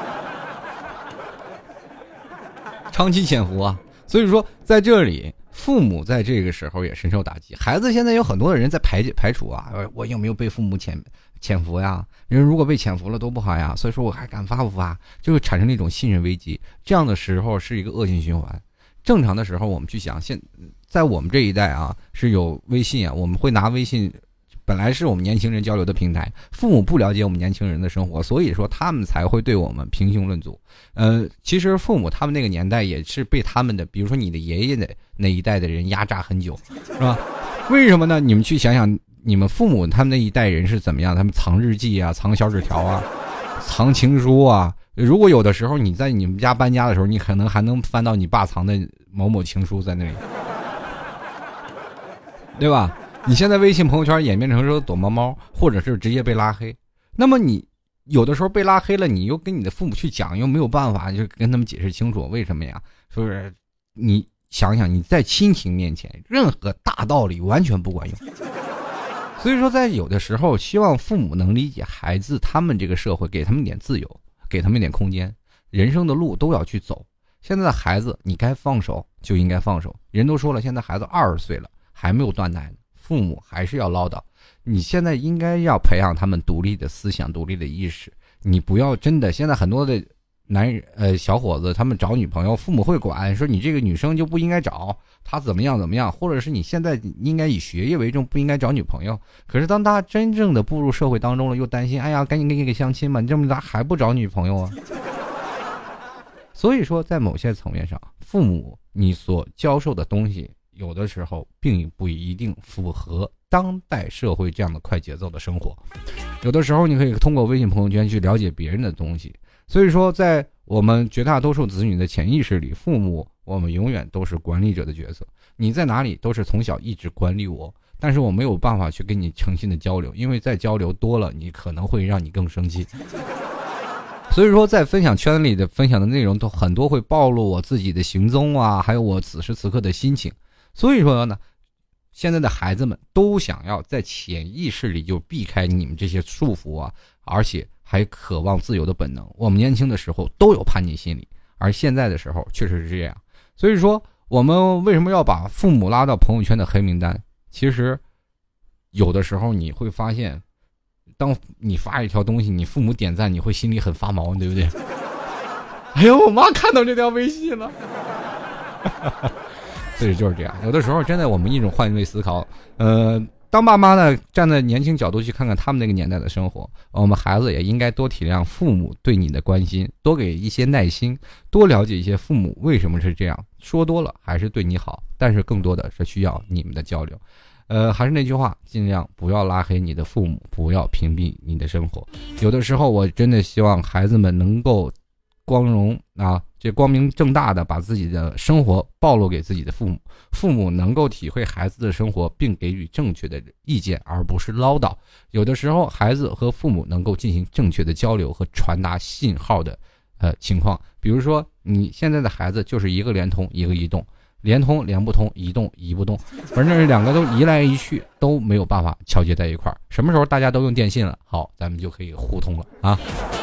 长期潜伏啊。所以说在这里，父母在这个时候也深受打击。孩子现在有很多的人在排除啊，我有没有被父母潜伏呀？人如果被潜伏了都不好呀，所以说我还敢发不发？就会产生一种信任危机。这样的时候是一个恶性循环。正常的时候我们去想，在我们这一代啊是有微信啊，我们会拿微信，本来是我们年轻人交流的平台，父母不了解我们年轻人的生活，所以说他们才会对我们平行论足。其实父母他们那个年代也是被他们的，比如说你的爷爷的那一代的人压榨很久，是吧？为什么呢？你们去想想，你们父母他们那一代人是怎么样？他们藏日记啊，藏小纸条啊，藏情书啊。如果有的时候你在你们家搬家的时候，你可能还能翻到你爸藏的某某情书在那里，对吧？你现在微信朋友圈演变成说躲猫猫，或者是直接被拉黑，那么你有的时候被拉黑了，你又跟你的父母去讲，又没有办法就跟他们解释清楚为什么呀？是不是？你想想，你在亲情面前，任何大道理完全不管用。所以说在有的时候，希望父母能理解孩子，他们这个社会给他们点自由，给他们一点空间，人生的路都要去走。现在的孩子，你该放手就应该放手。人都说了，现在孩子20岁了还没有断奶呢，父母还是要唠叨。你现在应该要培养他们独立的思想、独立的意识。你不要真的，现在很多的男人小伙子他们找女朋友，父母会管，说你这个女生就不应该找，她怎么样怎么样，或者是你现在应该以学业为重，不应该找女朋友。可是当他真正的步入社会当中了，又担心，哎呀，赶紧给你个相亲吧，你这么大还不找女朋友啊？所以说在某些层面上，父母你所教授的东西有的时候并不一定符合当代社会这样的快节奏的生活。有的时候你可以通过微信朋友圈去了解别人的东西。所以说在我们绝大多数子女的潜意识里，父母我们永远都是管理者的角色，你在哪里都是从小一直管理我，但是我没有办法去跟你诚信的交流，因为在交流多了，你可能会让你更生气。所以说在分享圈里的分享的内容都很多会暴露我自己的行踪啊，还有我此时此刻的心情。所以说呢，现在的孩子们都想要在潜意识里就避开你们这些束缚啊，而且还渴望自由的本能。我们年轻的时候都有叛逆心理，而现在的时候确实是这样。所以说我们为什么要把父母拉到朋友圈的黑名单？其实有的时候你会发现，当你发一条东西，你父母点赞，你会心里很发毛，对不对？哎呦，我妈看到这条微信了。所以就是这样，有的时候真的我们一种换位思考，当爸妈呢站在年轻角度去看看他们那个年代的生活，我们孩子也应该多体谅父母对你的关心，多给一些耐心，多了解一些父母为什么是这样，说多了还是对你好，但是更多的是需要你们的交流。还是那句话，尽量不要拉黑你的父母，不要屏蔽你的生活。有的时候我真的希望孩子们能够光荣啊，这光明正大的把自己的生活暴露给自己的父母，父母能够体会孩子的生活并给予正确的意见，而不是唠叨。有的时候孩子和父母能够进行正确的交流和传达信号的情况，比如说你现在的孩子就是一个联通一个移动，联通连不通，移动移不动，反正两个都移来移去都没有办法桥接在一块儿。什么时候大家都用电信了，好，咱们就可以互通了啊。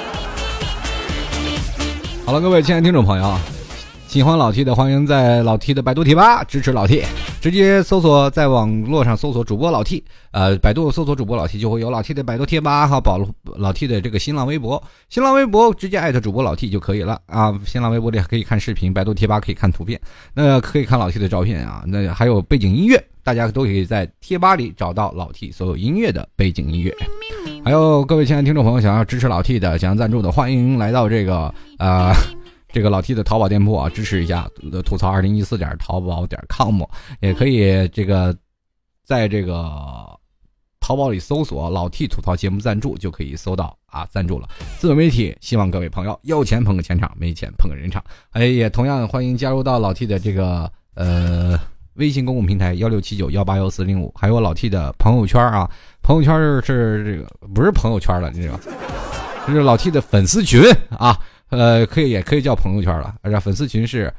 好了，各位亲爱的听众朋友，喜欢老 T 的欢迎在老 T 的百度贴吧支持老 T， 直接搜索在网络上搜索主播老 T， 百度搜索主播老 T 就会有老 T 的百度贴吧和老 T 的这个新浪微博，新浪微博直接艾特主播老 T 就可以了啊。新浪微博里可以看视频，百度贴吧可以看图片，那可以看老 T 的照片啊，那还有背景音乐，大家都可以在贴吧里找到老 T 所有音乐的背景音乐。还有各位亲爱的听众朋友，想要支持老 T 的，想要赞助的，欢迎来到这个老 T 的淘宝店铺啊，支持一下吐槽2014.淘宝.com， 也可以这个在这个淘宝里搜索老 T 吐槽节目赞助就可以搜到啊，赞助了。自媒体希望各位朋友有钱捧个钱场，没钱捧个人场。也同样欢迎加入到老 T 的这个微信公共平台1679181405，还有老 T 的朋友圈啊，朋友圈是这个不是朋友圈了，你知道，这是老 T 的粉丝群啊，也可以叫朋友圈了，而且粉丝群是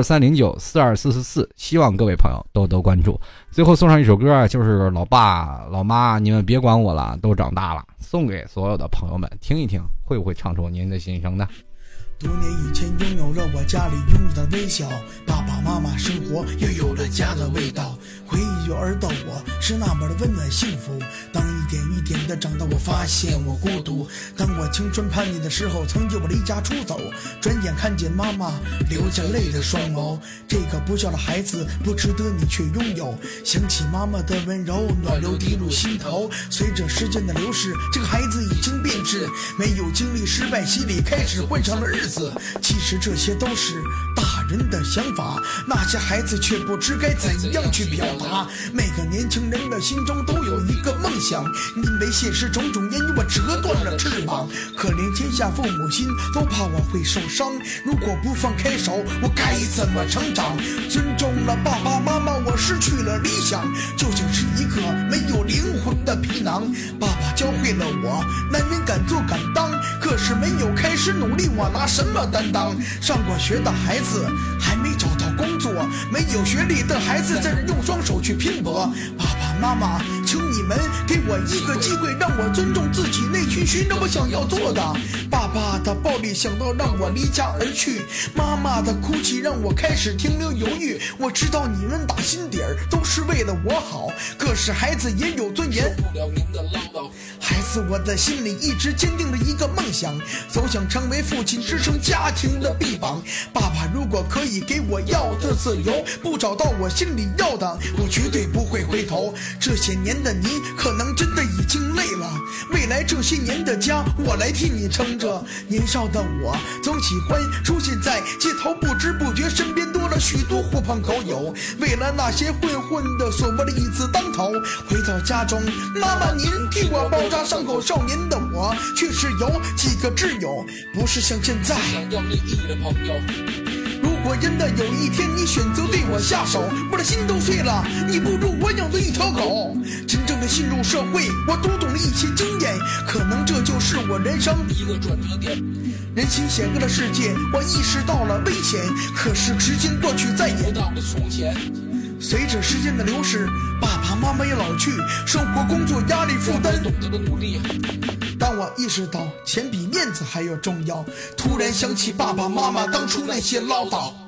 2309424444，希望各位朋友都关注。最后送上一首歌啊，就是老爸老妈你们别管我了，都长大了，送给所有的朋友们听一听，会不会唱出您的心声呢？ 多年以前拥有了我家里拥有的微笑，爸爸妈妈生活又有了家的味道，回忆幼儿的我是那么的温暖幸福。当一点一点的长大，我发现我孤独。当我青春叛逆的时候，曾经我离家出走，转眼看见妈妈流着泪的双眸。这个不孝的孩子不值得你却拥有，想起妈妈的温柔，暖流滴入心头。随着时间的流逝，这个孩子已经变质，没有经历失败洗礼，开始混上了日子。其实这些都是大人的想法，那些孩子却不知该怎样去表达。每个年轻人的心中都有一个梦想，因为现实种种原因我折断了翅膀。可怜天下父母心，都怕我会受伤，如果不放开手，我该怎么成长？尊重了爸爸妈妈，我失去了理想，就像是一个没有灵魂的皮囊。爸爸教会了我，男人敢做敢当，可是没有开始努力，我拿什么担当？上过学的孩子还没找到工作，没有学历的孩子在用双手去拼搏。爸爸妈妈，请你们给我一个机会，让我尊重自己内心，寻找我想要做的。爸爸的暴力想到让我离家而去，妈妈的哭泣让我开始停留犹豫。我知道你们打心底儿都是为了我好，可是孩子也有尊严，受不了您的唠叨。孩子，我的心里一直坚定了一个梦想，走向成为父亲，支撑家庭的臂膀。爸爸，如果可以给我要的自由，不找到我心里要的，我绝对不会回头。这些年的你可能真的已经累了，未来这些年的家我来替你撑着。年少的我总喜欢出现在街头，不知不觉身边多了许多狐朋狗友，为了那些混的所谓的义字当头。回到家中，妈妈您替我包扎伤口，少年的我却是有几个挚友，不是像现在想要利益的朋友。如果真的有一天你选择对我下手，我的心都碎了，你不如我养的一条狗。真正的进入社会，我读懂了一些经验，可能这就是我人生一个转折点。人心险恶的世界，我意识到了危险，可是时间过去再也到了从前。随着时间的流逝，爸爸妈妈也老去，生活工作压力负担懂得的努力。当我意识到钱比面子还要重要，突然想起爸爸妈妈当初那些唠叨。